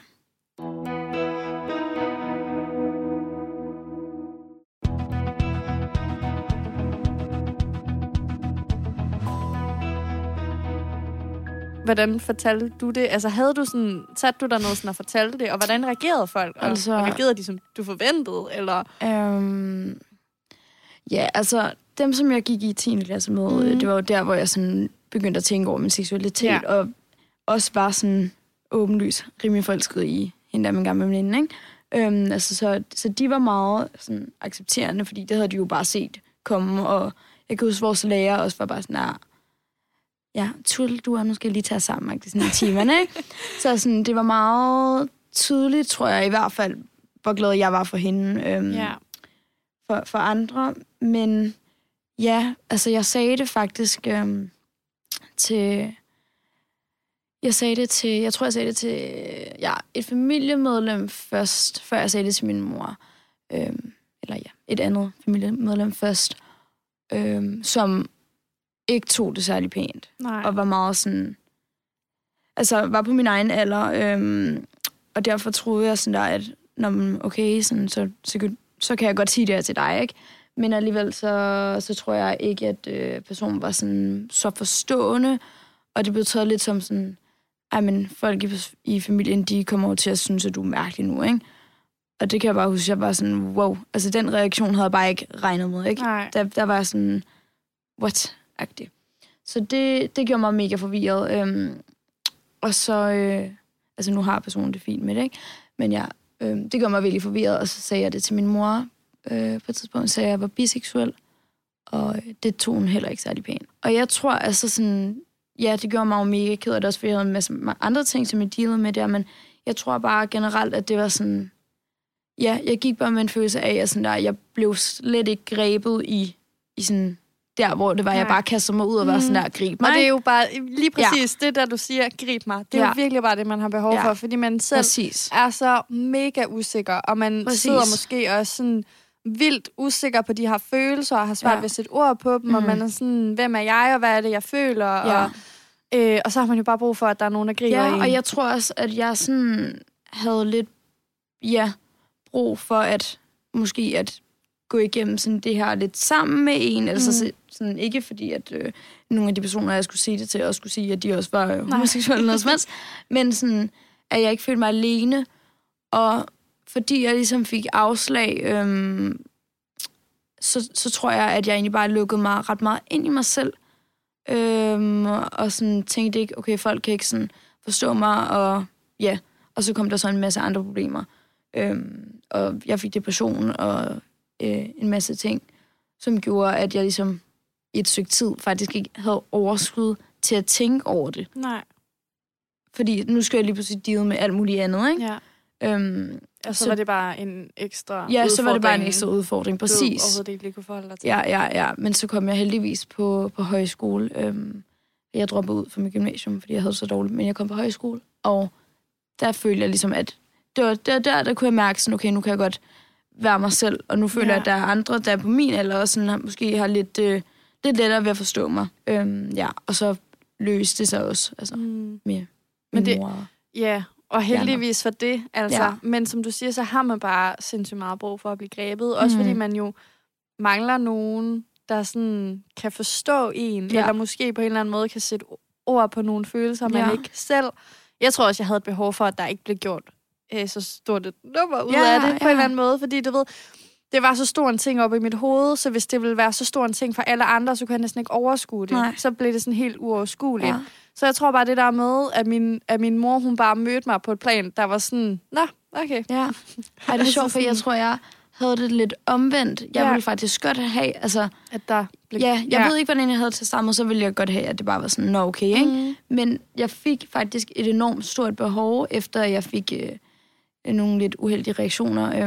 A: Hvordan fortalte du det? Altså, satte du der noget sådan og fortalte det, og hvordan reagerede folk? Altså, og reagerede de, som du forventede, eller?
B: Ja, altså, dem, som jeg gik i 10. klasse med, det var jo der, hvor jeg sådan begyndte at tænke over min seksualitet, og også bare sådan åbenlyst rimelig forelsket i hende der, min gamle veninde, ikke? Så de var meget sådan accepterende, fordi det havde de jo bare set komme, og jeg kan huske, vores lærer også var bare sådan, Tull, du er nu skal lige tage sammen, ikke? Sådan i timerne, ikke? Så sådan, det var meget tydeligt, tror jeg i hvert fald, hvor glad jeg var for hende. For andre. Men ja, altså jeg sagde det faktisk til... Jeg tror, jeg sagde det til et familiemedlem først, før jeg sagde det til min mor. Et andet familiemedlem først, som ikke tog det særlig pænt.
A: Nej.
B: Og var meget sådan... Altså, var på min egen alder, og derfor troede jeg sådan der, at okay, sådan, så kan jeg godt sige det her til dig, ikke? Men alligevel så tror jeg ikke, at personen var sådan så forstående, og det blev taget lidt som sådan, men folk i familien, de kommer over til at synes, at du er mærkelig nu, ikke? Og det kan jeg bare huske, jeg var sådan, wow. Altså, den reaktion havde jeg bare ikke regnet med, ikke? Der var sådan, what-agtigt. Så det gjorde mig mega forvirret. Og så, altså nu har personen det fint med det, ikke? Men ja, det gjorde mig virkelig forvirret, og så sagde jeg det til min mor på et tidspunkt, sagde jeg var biseksuel, og det tog hun heller ikke særlig pænt. Og jeg tror altså sådan, ja, det gjorde mig jo mega ked af det, også fordi jeg havde en masse andre ting, som jeg dealede med der, men jeg tror bare generelt, at det var sådan, ja, jeg gik bare med en følelse af, at sådan der, jeg blev slet ikke grebet i sådan, der, hvor det var, jeg bare kastede mig ud og var sådan der, grib mig.
A: Og det er jo bare lige præcis det, der du siger, grib mig. Det er jo virkelig bare det, man har behov for, fordi man selv er så mega usikker, og man sidder måske også sådan vildt usikker på de her følelser, og har svært ved at sætte ord på dem, og man er sådan, hvem er jeg, og hvad er det, jeg føler, og så har man jo bare brug for, at der er nogen, der griber en.
B: Og jeg tror også, at jeg sådan havde lidt, brug for at måske at gå igennem sådan det her lidt sammen med en, altså sådan ikke fordi, at nogle af de personer, jeg skulle sige det til, også skulle sige, at de også var homoseksuelle noget som helst, men sådan, at jeg ikke følte mig alene, og fordi jeg ligesom fik afslag, så tror jeg, at jeg egentlig bare lukkede mig ret meget ind i mig selv, og sådan tænkte ikke, okay, folk kan ikke sådan forstå mig, og så kom der så en masse andre problemer, og jeg fik depression, og en masse ting, som gjorde, at jeg ligesom i et stykke tid faktisk ikke havde overskud til at tænke over det.
A: Nej.
B: Fordi nu skal jeg lige pludselig deale med alt muligt andet, ikke?
A: Ja. Og så var det bare en ekstra udfordring.
B: Ja, så var det bare en ekstra udfordring, præcis.
A: Du overhovedet ikke lige kunne forholde dig til.
B: Ja. Men så kom jeg heldigvis på højskole. Jeg droppede ud fra mit gymnasium, fordi jeg havde så dårligt, men jeg kom på højskole, og der følte jeg ligesom, at det var der kunne jeg mærke sådan, okay, nu kan jeg godt være mig selv, og nu føler jeg, at der er andre, der er på min alder, og sådan, måske har lidt lidt lettere ved at forstå mig. Og så løste det sig også, altså, med min mor.
A: Ja, og heldigvis for det, altså. Ja. Men som du siger, så har man bare sindssygt meget brug for at blive grebet. Også fordi man jo mangler nogen, der sådan kan forstå en, eller måske på en eller anden måde kan sætte ord på nogle følelser, man ikke selv. Jeg tror også, jeg havde et behov for, at der ikke blev gjort så stort et nummer ud af det, på en eller anden måde. Fordi du ved, det var så stor en ting oppe i mit hoved, så hvis det ville være så stor en ting for alle andre, så kunne jeg næsten ikke overskue det. Nej. Så blev det sådan helt uoverskueligt. Ja. Så jeg tror bare, det der med, at min mor, hun bare mødte mig på et plan, der var sådan, nå, okay.
B: Ja. Ej, det er sjovt, for jeg tror, jeg havde det lidt omvendt. Jeg ville faktisk godt have, altså...
A: At der blev...
B: Jeg ved ikke, hvordan jeg havde til sammen, så ville jeg godt have, at det bare var sådan, nå, okay, ikke? Men jeg fik faktisk et enormt stort behov, efter jeg fik nogle lidt uheldige reaktioner,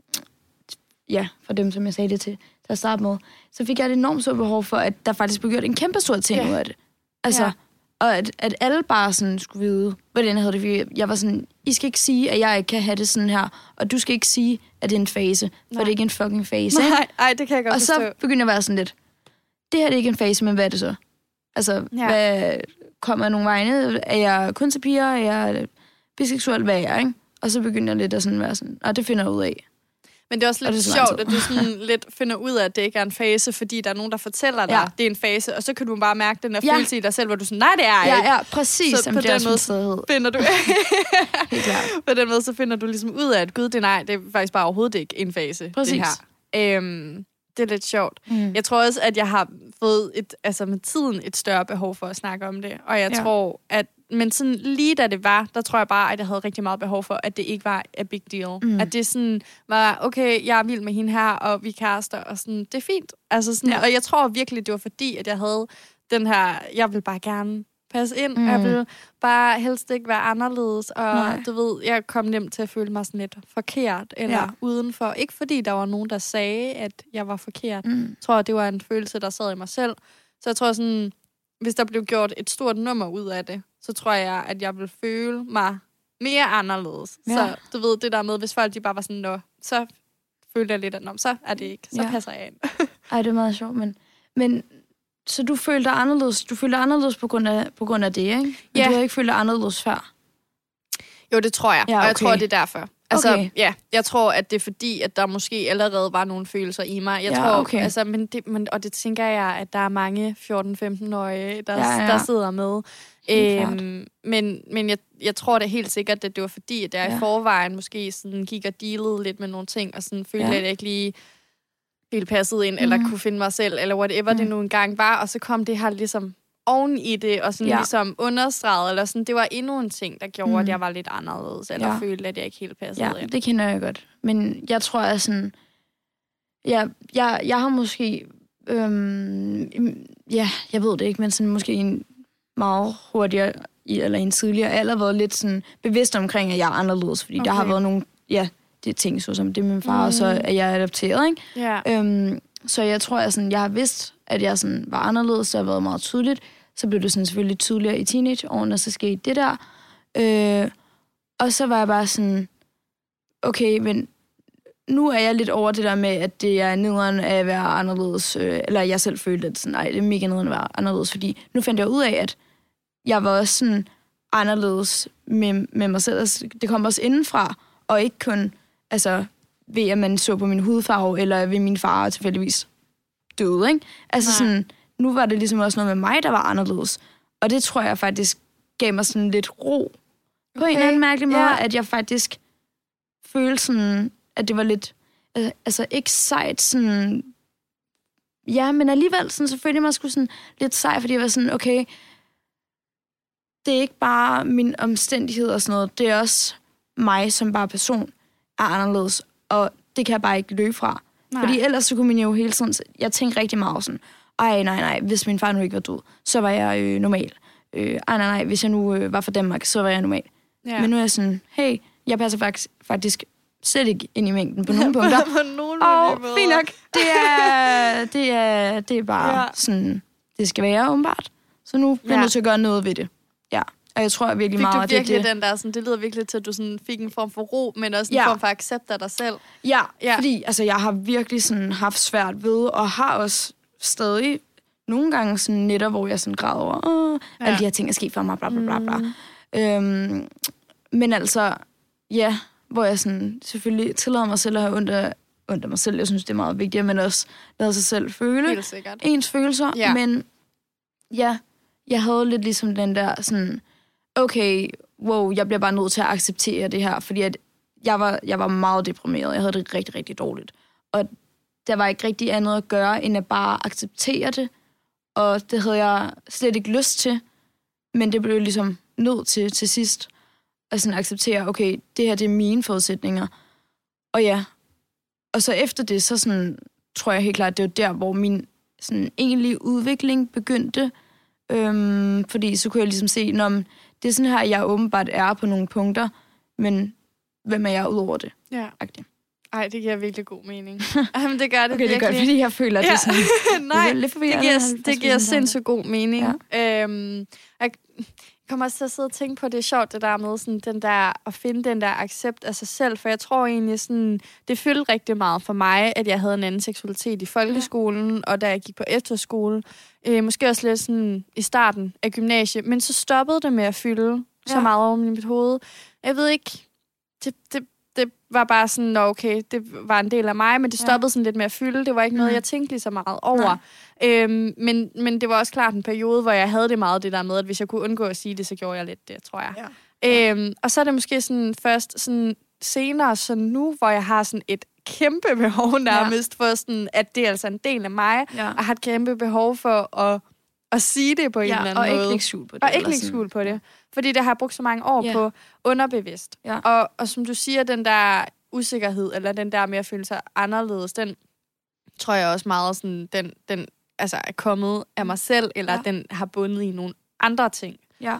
B: fra dem, som jeg sagde det til at starte med. Så fik jeg et enormt stort behov for, at der faktisk blev gjort en kæmpe stor ting ud af det. Altså... Og at alle bare sådan skulle vide, hvordan jeg havde det. Jeg var sådan, I skal ikke sige, at jeg ikke kan have det sådan her. Og du skal ikke sige, at det er en fase. For det er ikke en fucking fase.
A: Nej, det kan jeg godt forstå.
B: Og så begyndte jeg at være sådan lidt, det her det er ikke en fase, men hvad er det så? Altså, hvad kommer af nogle vegne? Er jeg kun til piger? Er jeg biseksuel? Hvad er jeg, ikke? Og så begyndte jeg lidt at sådan være sådan, det finder jeg ud af.
A: Men det er også lidt sjovt, at du sådan lidt finder ud af, at det ikke er en fase, fordi der er nogen, der fortæller dig, at det er en fase, og så kan du bare mærke den der følelse i dig selv, hvor du sådan, nej, det er ikke.
B: Ja, præcis.
A: Så på den måde finder du...
B: Helt klart.
A: På den måde, så finder du ligesom ud af, at gud, det er faktisk bare overhovedet ikke en fase,
B: præcis.
A: Det her. Det er lidt sjovt. Jeg tror også, at jeg har fået med tiden et større behov for at snakke om det, og jeg tror, at men sådan lige da det var, der tror jeg bare, at jeg havde rigtig meget behov for, at det ikke var a big deal. At det sådan var, okay, jeg er vild med hende her, og vi kærester, og sådan, det er fint. Altså sådan, og jeg tror virkelig, det var fordi, at jeg havde den her, jeg vil bare gerne passe ind, og jeg vil bare helst ikke være anderledes, og du ved, jeg kom nemt til at føle mig sådan lidt forkert, eller udenfor. Ikke fordi der var nogen, der sagde, at jeg var forkert. Jeg tror, det var en følelse, der sad i mig selv. Så jeg tror sådan, hvis der blev gjort et stort nummer ud af det, så tror jeg, at jeg vil føle mig mere anderledes. Ja. Så du ved, det der med, hvis folk de bare var sådan, så følte jeg lidt, at så er det ikke. Så passer jeg ind.
B: Ej, det er meget sjovt, men så du følte dig anderledes. Du følte dig anderledes på grund af det, ikke? Men du havde ikke følt dig anderledes før?
A: Jo, det tror jeg.
B: Ja, okay.
A: Og jeg tror, det er derfor. Altså, jeg tror, at det er fordi, at der måske allerede var nogle følelser i mig. Jeg tror, altså, og det tænker jeg, at der er mange 14-15-årige, der sidder med. Men jeg tror det helt sikkert, at det var fordi, at jeg i forvejen måske sådan gik og dealede lidt med nogle ting, og sådan følte, at jeg ikke lige helt passede ind, eller kunne finde mig selv, eller whatever det nu engang var. Og så kom det her ligesom oven i det, og sådan ligesom understreget, eller sådan, det var endnu en ting, der gjorde, at jeg var lidt anderledes, eller følte, at jeg ikke helt passede ind.
B: Det kender jeg godt. Men jeg tror, at sådan, jeg har måske, jeg ved det ikke, men sådan måske en meget hurtigere, eller en tidligere alder, været lidt sådan bevidst omkring, at jeg er anderledes, fordi der har været nogle, det er ting, så som det er min far, og så er jeg adopteret, ikke?
A: Ja.
B: Så jeg tror, at sådan, jeg har vidst, at jeg sådan var anderledes, så har været meget tydeligt. Så blev det sådan selvfølgelig tydeligere i teenageårene, og så skete det der. Og så var jeg bare sådan, okay, men nu er jeg lidt over det der med, at det er nederen af at være anderledes, eller jeg selv følte, at sådan, det er mega nederen at være anderledes, fordi nu fandt jeg ud af, at jeg var også sådan anderledes med mig selv. Altså, det kom også indenfra, og ikke kun ved, at man så på min hudfarve, eller ved min far tilfældigvis døde, ikke? Altså sådan, nu var det ligesom også noget med mig, der var anderledes. Og det tror jeg faktisk gav mig sådan lidt ro. På en eller anden mærkelig måde, at jeg faktisk følte sådan, at det var lidt, ikke sejt sådan, men alligevel sådan, selvfølgelig man skulle sådan lidt sej, fordi jeg var sådan, okay, det er ikke bare min omstændighed og sådan noget, det er også mig som bare person er anderledes, og det kan jeg bare ikke løbe fra. Nej. Fordi ellers så kunne man jo hele tiden, jeg tænkte rigtig meget sådan, nej, hvis min far nu ikke var død, så var jeg normal. Nej, hvis jeg nu var fra Danmark, så var jeg normal. Ja. Men nu er jeg sådan, hey, jeg passer faktisk slet ikke ind i mængden på nogle punkter. Fint nok. Det er bare sådan, det skal være åbenbart. Så nu bliver jeg nødt til at gøre noget ved det. Ja. Og jeg tror virkelig meget, at det er det.
A: Den der, sådan, det lyder virkelig til, at du sådan fik en form for ro, men også en form for accept af dig selv.
B: Ja, fordi jeg har virkelig sådan haft svært ved, og har også stadig nogle gange sådan netter, hvor jeg sådan græder over, alle de her ting er sket for mig, bla bla bla bla. Men altså, ja, hvor jeg sådan selvfølgelig tillader mig selv at have ondt af mig selv. Jeg synes, det er meget vigtigt, men også lade sig selv føle ens følelser. Ja. Men ja, jeg havde lidt ligesom den der sådan, okay, wow, jeg bliver bare nødt til at acceptere det her, fordi at jeg var meget deprimeret. Jeg havde det rigtig, rigtig dårligt. Og der var ikke rigtig andet at gøre, end at bare acceptere det. Og det havde jeg slet ikke lyst til. Men det blev ligesom nødt til sidst at sådan acceptere, okay, det her det er mine forudsætninger. Og ja, og så efter det, så sådan, tror jeg helt klart, det var der, hvor min sådan egentlige udvikling begyndte. Fordi så kunne jeg ligesom se, det er sådan her, jeg åbenbart er på nogle punkter, men hvem er jeg ud over det?
A: Ja.
B: Agtigt.
A: Ej, det giver virkelig god mening. Jamen, det gør det
B: okay,
A: virkelig.
B: Det gør fordi jeg føler, det er sådan...
A: Nej, det giver sindssygt god mening. Ja. Jeg kommer også til at sidde og tænke på, det er sjovt, det der med sådan, den der, at finde den der accept af sig selv, for jeg tror egentlig, sådan, det fyldte rigtig meget for mig, at jeg havde en anden seksualitet i folkeskolen, og da jeg gik på efterskole, måske også lidt sådan i starten af gymnasiet, men så stoppede det med at fylde så meget over mit hoved. Jeg ved ikke, det var bare sådan, okay, det var en del af mig, men det stoppede sådan lidt med at fylde. Det var ikke noget, jeg tænkte lige så meget over. Men det var også klart en periode, hvor jeg havde det meget det der med, at hvis jeg kunne undgå at sige det, så gjorde jeg lidt det, tror jeg. Ja. Og så er det måske sådan først sådan senere, så nu, hvor jeg har sådan et kæmpe behov nærmest for sådan, at det er altså en del af mig, og har et kæmpe behov for at sige det på en eller anden måde.
B: Og ikke lægge skjul på det.
A: Og ikke lægge skjul på det. Fordi det har jeg brugt så mange år på underbevidst. Ja. Og som du siger, den der usikkerhed, eller den der med at føle sig anderledes, den tror jeg også meget sådan, den altså er kommet af mig selv, eller den har bundet i nogle andre ting. Ja.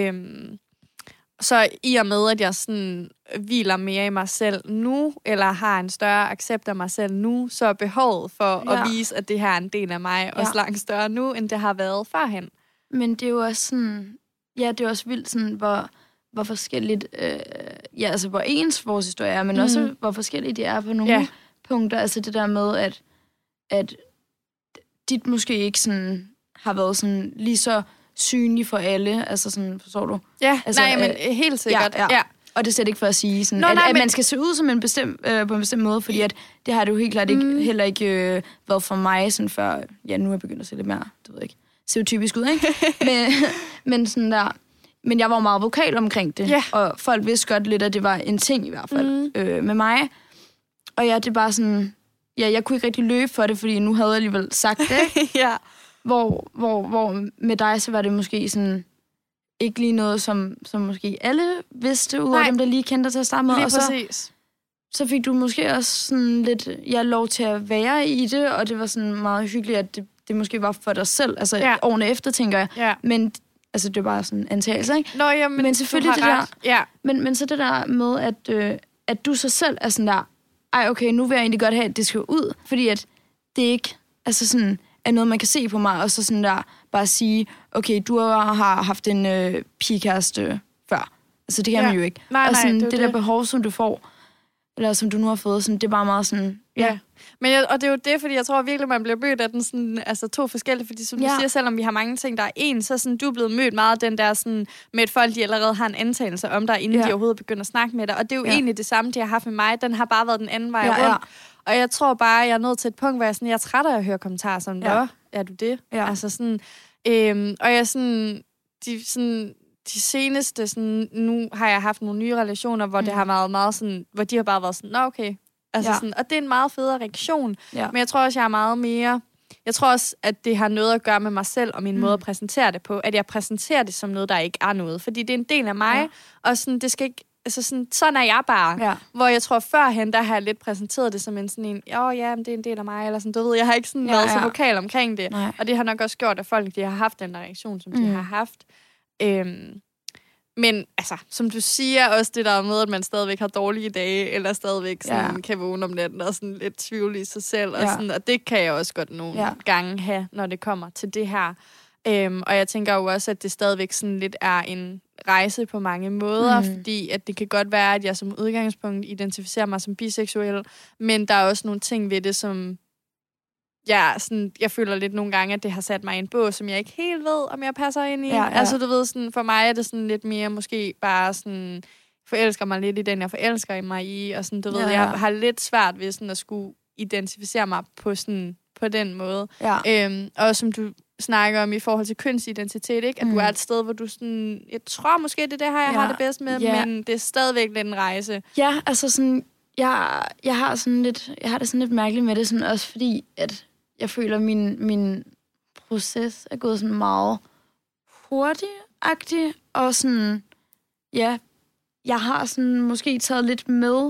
A: Så i og med, at jeg sådan hviler mere i mig selv nu, eller har en større accept af mig selv nu, så er behovet for at vise, at det her er en del af mig, også langt større nu, end det har været førhen.
B: Men det er jo også sådan... Ja, det er også vildt, sådan, hvor forskelligt... altså, hvor ens vores historie er, men også, hvor forskelligt de er på nogle punkter. Altså, det der med, at dit måske ikke sådan, har været sådan, lige så synlig for alle. Altså, sådan, forstår du?
A: Ja,
B: altså,
A: men helt sikkert.
B: Ja. Og det er slet ikke for at sige, sådan, at man skal se ud som på en bestemt måde, fordi at det har det jo helt klart ikke, heller ikke været for mig, sådan før... Ja, nu er jeg begyndt at se lidt mere, det ved jeg ikke. Ser jo typisk ud, ikke? men sådan der... Men jeg var meget vokal omkring det, og folk vidste godt lidt, at det var en ting i hvert fald med mig. Og ja, det er bare sådan... Ja, jeg kunne ikke rigtig løbe for det, fordi nu havde jeg alligevel sagt det. Hvor med dig, så var det måske sådan... Ikke lige noget, som måske alle vidste, ud af dem, der lige kendte dig til at starte med.
A: Lige
B: og så fik du måske også sådan lidt lov til at være i det, og det var sådan meget hyggeligt, at det måske var for dig selv. Altså årene efter, tænker jeg. Ja. Men altså, det er bare sådan en antagelse, ikke?
A: Nå, ja, men
B: selvfølgelig det der... Ja. Men så det der med, at du så selv er sådan der, ej, okay, nu vil jeg egentlig godt have, at det skal ud, fordi at det ikke altså sådan, er noget, man kan se på mig, og så sådan der bare sige, okay, du har haft en pigekæreste før. Altså, det kan man jo ikke. Og sådan, det der behov, som du får, eller som du nu har fået, sådan, det er bare meget sådan...
A: Ja. Men og det er jo det, fordi jeg tror virkelig, man bliver mødt af den sådan, altså to forskellige, fordi som du siger, selvom vi har mange ting, der er en, så sådan, du er blevet mødt meget af den der sådan, med et folk, de allerede har en antagelse om dig, inden de overhovedet begynder at snakke med dig. Og det er jo egentlig det samme, de har haft med mig. Den har bare været den anden vej rundt. Og jeg tror bare, jeg er nået til et punkt, hvor jeg er træt af at høre kommentarer som, er du det? Ja. Altså sådan, og jeg sådan, de seneste, sådan, nu har jeg haft nogle nye relationer, hvor det har været meget sådan, hvor de har bare været sådan, nå okay. Altså sådan, og det er en meget federe reaktion. Ja. Men jeg tror også, jeg er meget mere... Jeg tror også, at det har noget at gøre med mig selv og min måde at præsentere det på. At jeg præsenterer det som noget, der ikke er noget. Fordi det er en del af mig, og sådan, det skal ikke... Altså sådan er jeg bare. Ja. Hvor jeg tror, førhen, der har jeg lidt præsenteret det som men det er en del af mig, eller sådan, du ved, jeg har ikke sådan været så vokal omkring det. Nej. Og det har nok også gjort, at folk, de har haft den der reaktion, som de har haft. Men altså, som du siger, også det der med, at man stadigvæk har dårlige dage, eller stadigvæk sådan, kan vågne om natten og sådan lidt tvivle i sig selv. Og, sådan, og det kan jeg også godt nogle gange have, når det kommer til det her. Og jeg tænker jo også, at det stadigvæk sådan lidt er en rejse på mange måder, fordi at det kan godt være, at jeg som udgangspunkt identificerer mig som biseksuel, men der er også nogle ting ved det, som jeg føler lidt nogle gange, at det har sat mig i en bås, som jeg ikke helt ved, om jeg passer ind i.
B: Ja.
A: Altså, du ved, sådan, for mig er det sådan lidt mere måske bare sådan, forelsker mig lidt i den, jeg forelsker mig i, og sådan, du ved, jeg har lidt svært ved sådan at skulle identificere mig på den måde.
B: Ja.
A: Og som du snakker om i forhold til kønsidentitet, ikke? At du er et sted, hvor du sådan, jeg tror måske, det er det her, jeg har det bedst med, men det er stadigvæk lidt en rejse.
B: Ja, altså sådan, jeg har det sådan lidt mærkeligt med det, sådan også fordi, at jeg føler, at min proces er gået sådan meget hurtigt-agtigt, og sådan, ja, jeg har sådan måske taget lidt med,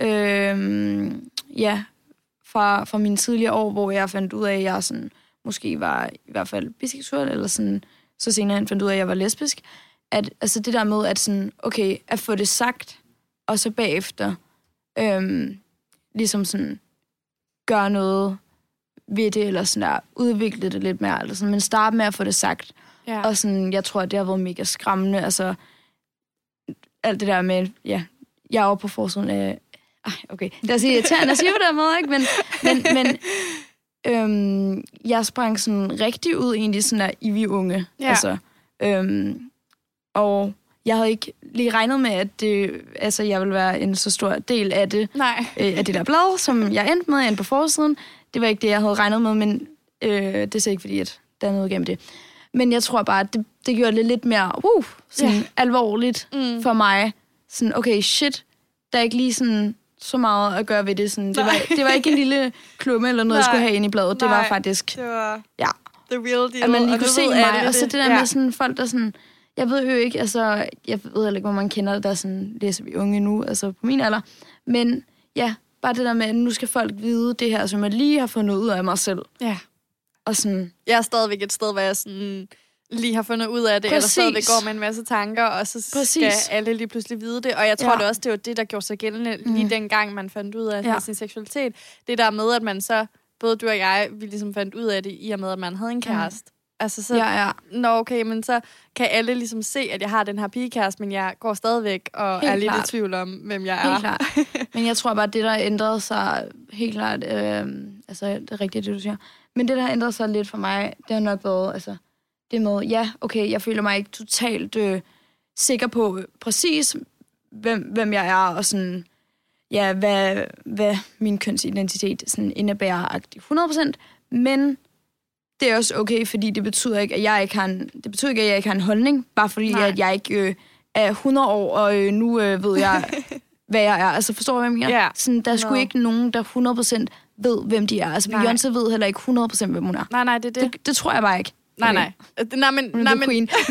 B: fra mine tidligere år, hvor jeg fandt ud af, at jeg sådan, måske var i hvert fald biseksuel, eller sådan, så senere fandt ud af, at jeg var lesbisk, at altså det der med, at sådan, okay, at få det sagt, og så bagefter ligesom sådan gøre noget ved det, eller sådan der, udvikle det lidt mere, eller sådan, men starte med at få det sagt. Ja. Og sådan, jeg tror, at det har været mega skræmmende, altså alt det der med, ja, jeg er oppe på forsiden af, okay, det er så irriterende at sige på den måde, ikke? Men jeg sprang sådan rigtig ud egentlig sådan der i vi unge, altså, og jeg havde ikke lige regnet med, at jeg ville være en så stor del af det, af det der blad, som jeg endte med, på forsiden. Det var ikke det, jeg havde regnet med, men det er så ikke fordi, at der er noget gennem det. Men jeg tror bare, at det gjorde det lidt mere alvorligt for mig. Sådan, okay, shit, der er ikke lige sådan så meget at gøre ved det. Sådan, det var ikke en lille klumme eller noget, jeg skulle have ind i bladet. Det var faktisk,
A: det var the real deal.
B: At man lige kunne se mig. Og så det der med sådan folk, der sådan, jeg ved jo ikke, altså, jeg ved heller ikke, hvor man kender det, der sådan, læser vi unge nu, altså på min alder. Men ja, bare det der med, at nu skal folk vide det her, som jeg lige har fundet ud af mig selv. Ja. Og sådan.
A: Jeg er stadigvæk et sted, hvor jeg sådan lige har fundet ud af det, eller stadigvæk går med en masse tanker, og så skal alle lige pludselig vide det. Og jeg tror det også, det var det, der gjorde sig gældende lige dengang, man fandt ud af sin seksualitet. Det der med, at man så, både du og jeg, vi ligesom fandt ud af det, i og med, at man havde en kæreste. Altså så, okay, men så kan alle ligesom se, at jeg har den her pigekæreste, men jeg går stadigvæk og helt er lidt i tvivl om, hvem jeg er.
B: Helt klart. Men jeg tror bare, at det, der ændrede sig helt klart, altså det er rigtigt, det du siger, men det, der har ændret sig lidt for mig, det har nok været, altså det med, okay, jeg føler mig ikke totalt sikker på præcis, hvem jeg er, og sådan, hvad min kønsidentitet sådan indebærer 100%, men det er også okay, fordi det betyder ikke, at jeg ikke har en holdning, bare fordi at jeg ikke er 100 år, og nu ved jeg, hvad jeg er. Altså, forstår du, hvad jeg mener? Yeah. Sådan, der er sgu ikke nogen, der 100% ved, hvem de er. Altså, Beyoncé ved heller ikke 100%, hvem hun er.
A: Nej, det er det.
B: Det tror jeg bare ikke.
A: Okay. Nej, men
B: men sådan,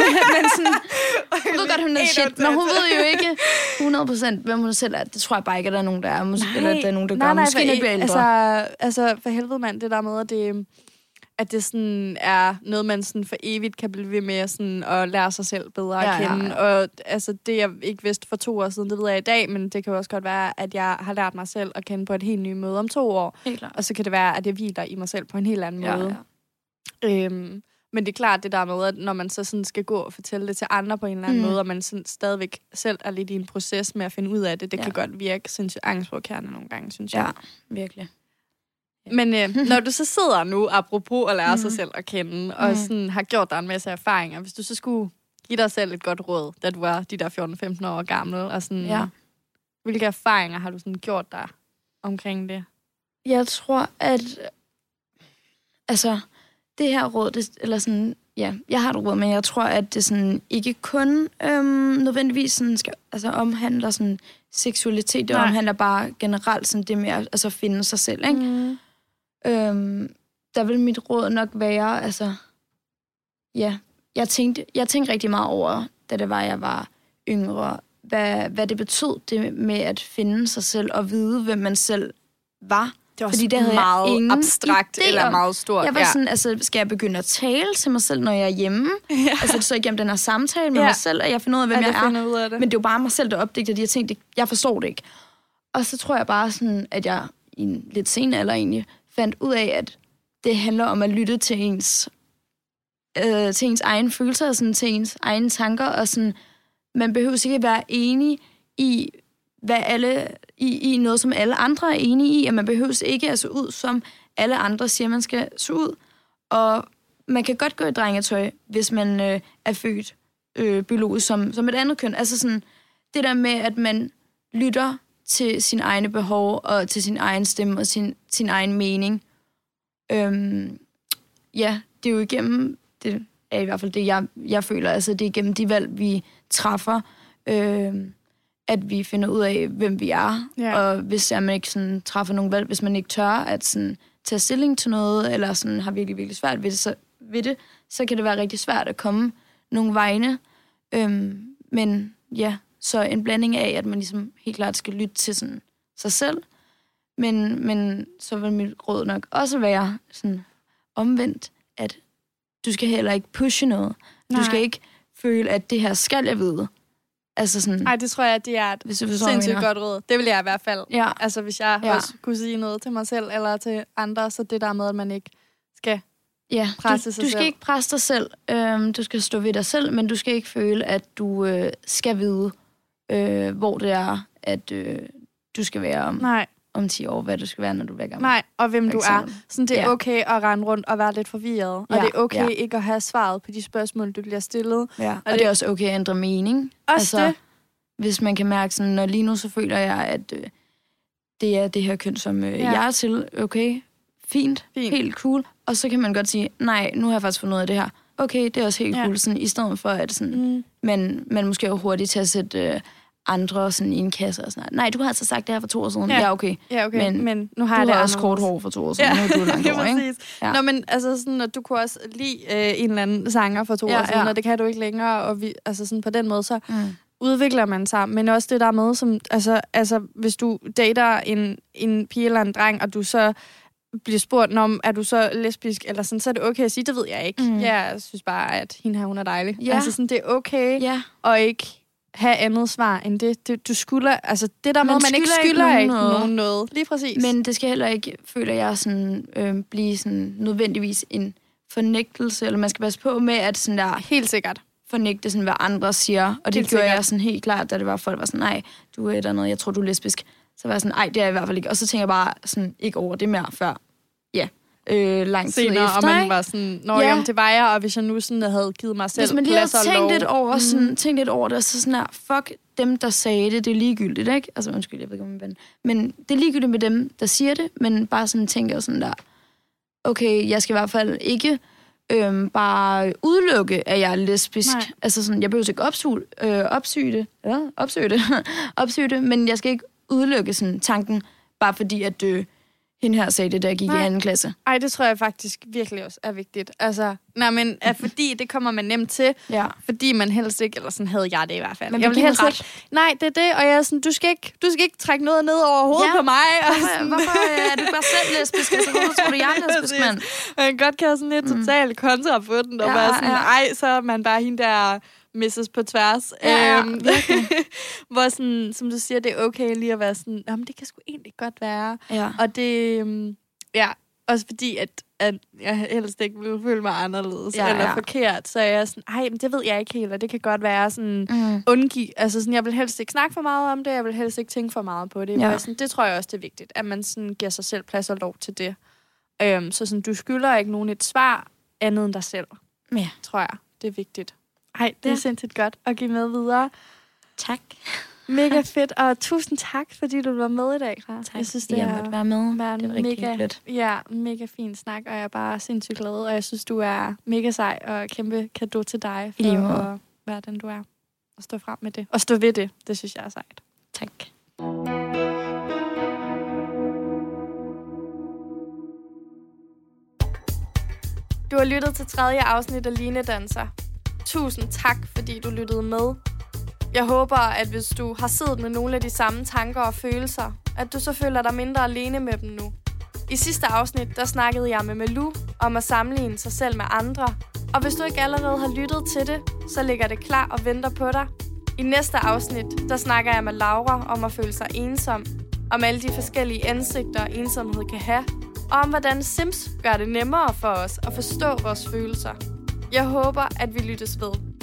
B: hun ved godt, hun er shit, men hun ved jo ikke 100% hvem hun selv er. Det tror jeg bare ikke, at der er nogen, der er. Eller at der er nogen, der gør. Måske ikke bliver ældre.
A: Altså, for helvede, mand, det der med, at det sådan er noget, man sådan for evigt kan blive ved med sådan at lære sig selv bedre at kende. Ja. Og altså, det jeg ikke vidste for 2 år siden, det ved jeg i dag, men det kan jo også godt være, at jeg har lært mig selv at kende på et helt ny måde om 2 år. Og så kan det være, at jeg hviler i mig selv på en helt anden måde. Ja. Men det er klart det der med, at når man så sådan skal gå og fortælle det til andre på en eller anden måde, og man sådan stadigvæk selv er lidt i en proces med at finde ud af det, det kan godt virke sindssygt angstprovokerende nogle gange, synes jeg.
B: Ja, virkelig.
A: Men når du så sidder nu, apropos at lære sig selv at kende, og sådan har gjort dig en masse erfaringer, hvis du så skulle give dig selv et godt råd, da du var de der 14-15 år gammel, og sådan, hvilke erfaringer har du sådan gjort dig omkring det?
B: Jeg tror, at altså, det her råd, eller sådan, jeg har et råd, men jeg tror, at det sådan ikke kun nødvendigvis sådan skal omhandler sådan seksualitet, det omhandler bare generelt sådan det med at finde sig selv, ikke? Der vil mit råd nok være, altså, jeg tænkte rigtig meget over, da det var, jeg var yngre, hvad det betød, det med at finde sig selv og vide, hvem man selv var.
A: Det var fordi det havde meget abstrakt eller meget stort.
B: Jeg var sådan, altså, skal jeg begynde at tale til mig selv, når jeg er hjemme? Ja. Altså, så igennem den her samtale med mig selv, at jeg finder ud af, hvem jeg er. Men det er jo bare mig selv, der opdigter de her ting. Jeg forstår det ikke. Og så tror jeg bare sådan, at jeg i en lidt senere alder egentlig fandt ud af, at det handler om at lytte til ens egen følelser, og sådan, til ens egne tanker, og sådan, man behøver ikke være enig i i noget, som alle andre er enige i, og man behøver ikke ud som, alle andre siger, man skal se ud. Og man kan godt gå i drengetøj, hvis man er født biologisk som et andet køn. Altså sådan, det der med, at man lytter til sine egne behov, og til sin egen stemme, og sin egen mening. Ja, det er jo igennem, det er i hvert fald det, jeg føler, altså det er igennem de valg, vi træffer, at vi finder ud af, hvem vi er. Ja. Og hvis man ikke sådan, træffer nogle valg, hvis man ikke tør at sådan, tage stilling til noget, eller sådan, har virkelig, virkelig svært ved det, så kan det være rigtig svært at komme nogle vegne. Men ja, så en blanding af, at man ligesom helt klart skal lytte til sådan, sig selv, men så vil mit råd nok også være sådan omvendt, at du skal heller ikke pushe noget.
A: Nej.
B: Du skal ikke føle, at det her skal jeg vide. Altså sådan...
A: Nej, det tror jeg, det er et sindssygt godt råd. Det vil jeg i hvert fald.
B: Ja.
A: Altså, hvis jeg også kunne sige noget til mig selv eller til andre, så det der med, at man ikke skal presse sig selv.
B: Du skal ikke presse dig selv. Du skal stå ved dig selv, men du skal ikke føle, at du skal vide, hvor det er, at du skal være om 10 år, hvad du skal være, når du er gammel.
A: Nej, og hvem du er. Sådan, det er okay at rende rundt og være lidt forvirret. Og det er okay ikke at have svaret på de spørgsmål, du bliver stillet.
B: Ja. Og det er også okay at ændre mening.
A: Også altså, det.
B: Hvis man kan mærke sådan, når lige nu så føler jeg, at det er det her køn, som jeg er til. Okay, fint, helt cool. Og så kan man godt sige, nej, nu har jeg faktisk fundet ud af det her. Okay, det er også helt cool. Sådan, i stedet for, at sådan, man måske er hurtigt til at sætte andre sådan, i en kasse og sådan. Nej, du har altså sagt det her for 2 år siden. Ja, okay.
A: Ja, okay. Men nu har
B: jeg
A: det
B: også kort hår for 2 år siden. Nu er du langt over, ikke?
A: Ja. Nå, men altså sådan, at du kunne også lide en eller anden sanger for 2 år siden, og det kan du ikke længere. Og vi, altså sådan på den måde, så udvikler man sig. Men også det der med, som, altså hvis du dater en pige eller en dreng, og du så bliver spurgt, om er du så lesbisk, eller sådan, så er det okay at sige, det ved jeg ikke. Jeg synes bare, at hende her, hun er dejlig. Ja. Altså sådan, det er okay, og ikke have andet svar end det. Du skylder, altså det der med, man ikke skylder ikke nogen noget. Lige præcis.
B: Men det skal heller ikke, føler jeg, sådan, blive sådan nødvendigvis en fornægtelse, eller man skal passe på med, at sådan der...
A: Helt sikkert.
B: Fornægte sådan, hvad andre siger. Og det gjorde jeg sådan helt klart, da det var folk var sådan, nej, du er der noget, jeg tror, du er lesbisk. Så var jeg sådan, nej, det er jeg i hvert fald ikke. Og så tænker jeg bare sådan, ikke over det mere før. Lang tid
A: senere,
B: efter,
A: og man var sådan, jamen, det var jeg, og hvis jeg nu sådan havde givet mig selv
B: hvis man lige havde tænkt lidt over det, så sådan her, fuck dem, der sagde det, det er ligegyldigt, ikke? Altså, undskyld, jeg ved ikke, om man men det er ligegyldigt med dem, der siger det, men bare sådan tænker sådan der, okay, jeg skal i hvert fald ikke bare udelukke, at jeg er lesbisk. Nej. Altså sådan, jeg behøver ikke opsøge det, men jeg skal ikke udelukke sådan tanken, bare fordi, at hende her sagde det, da jeg gik i 2. klasse.
A: Ej, det tror jeg faktisk virkelig også er vigtigt. Altså, men fordi det kommer man nemt til, fordi man helst ikke, eller sådan havde jeg det i hvert fald.
B: Men jeg vil helst ikke.
A: Nej, det er det, og jeg er sådan, du skal ikke trække noget ned over hovedet på mig.
B: Hvorfor er du bare selv lesbisk? Altså, hvorfor tror du, jeg er lesbisk, mand?
A: Man kan godt have sådan lidt totalt kontra på den, og bare sådan, så er man bare hende der misses på tværs. Hvor sådan, som du siger, det er okay lige at være sådan, jamen det kan sgu egentlig godt være. Ja. Og det, også fordi, at jeg helst ikke vil føle mig anderledes eller forkert, så er jeg sådan, men det ved jeg ikke helt, og det kan godt være sådan, altså sådan, jeg vil helst ikke snakke for meget om det, jeg vil helst ikke tænke for meget på det. Ja. Sådan, det tror jeg også, det er vigtigt, at man sådan giver sig selv plads og lov til det. Så sådan, du skylder ikke nogen et svar andet end dig selv. Ja. Tror jeg, det er vigtigt. Ej, det er sindssygt godt at give med videre.
B: Tak.
A: Mega fedt, og tusind tak, fordi du var med i dag, Clara.
B: Tak, jeg synes, det måtte være med. Det var rigtig hyggeligt.
A: Ja, mega fin snak, og jeg er bare sindssygt glad, og jeg synes, du er mega sej, og kæmpe cadeau til dig for at være den, du er. Og stå frem med det. Og stå ved det. Det synes jeg er sejt.
B: Tak.
A: Du har lyttet til 3. afsnit af Linedanser. Tusind tak, fordi du lyttede med. Jeg håber, at hvis du har siddet med nogle af de samme tanker og følelser, at du så føler dig mindre alene med dem nu. I sidste afsnit, der snakkede jeg med Malou om at sammenligne sig selv med andre. Og hvis du ikke allerede har lyttet til det, så ligger det klar og venter på dig. I næste afsnit, der snakker jeg med Laura om at føle sig ensom. Om alle de forskellige ansigter, ensomhed kan have. Og om hvordan Sims gør det nemmere for os at forstå vores følelser. Jeg håber, at vi lyttes ved.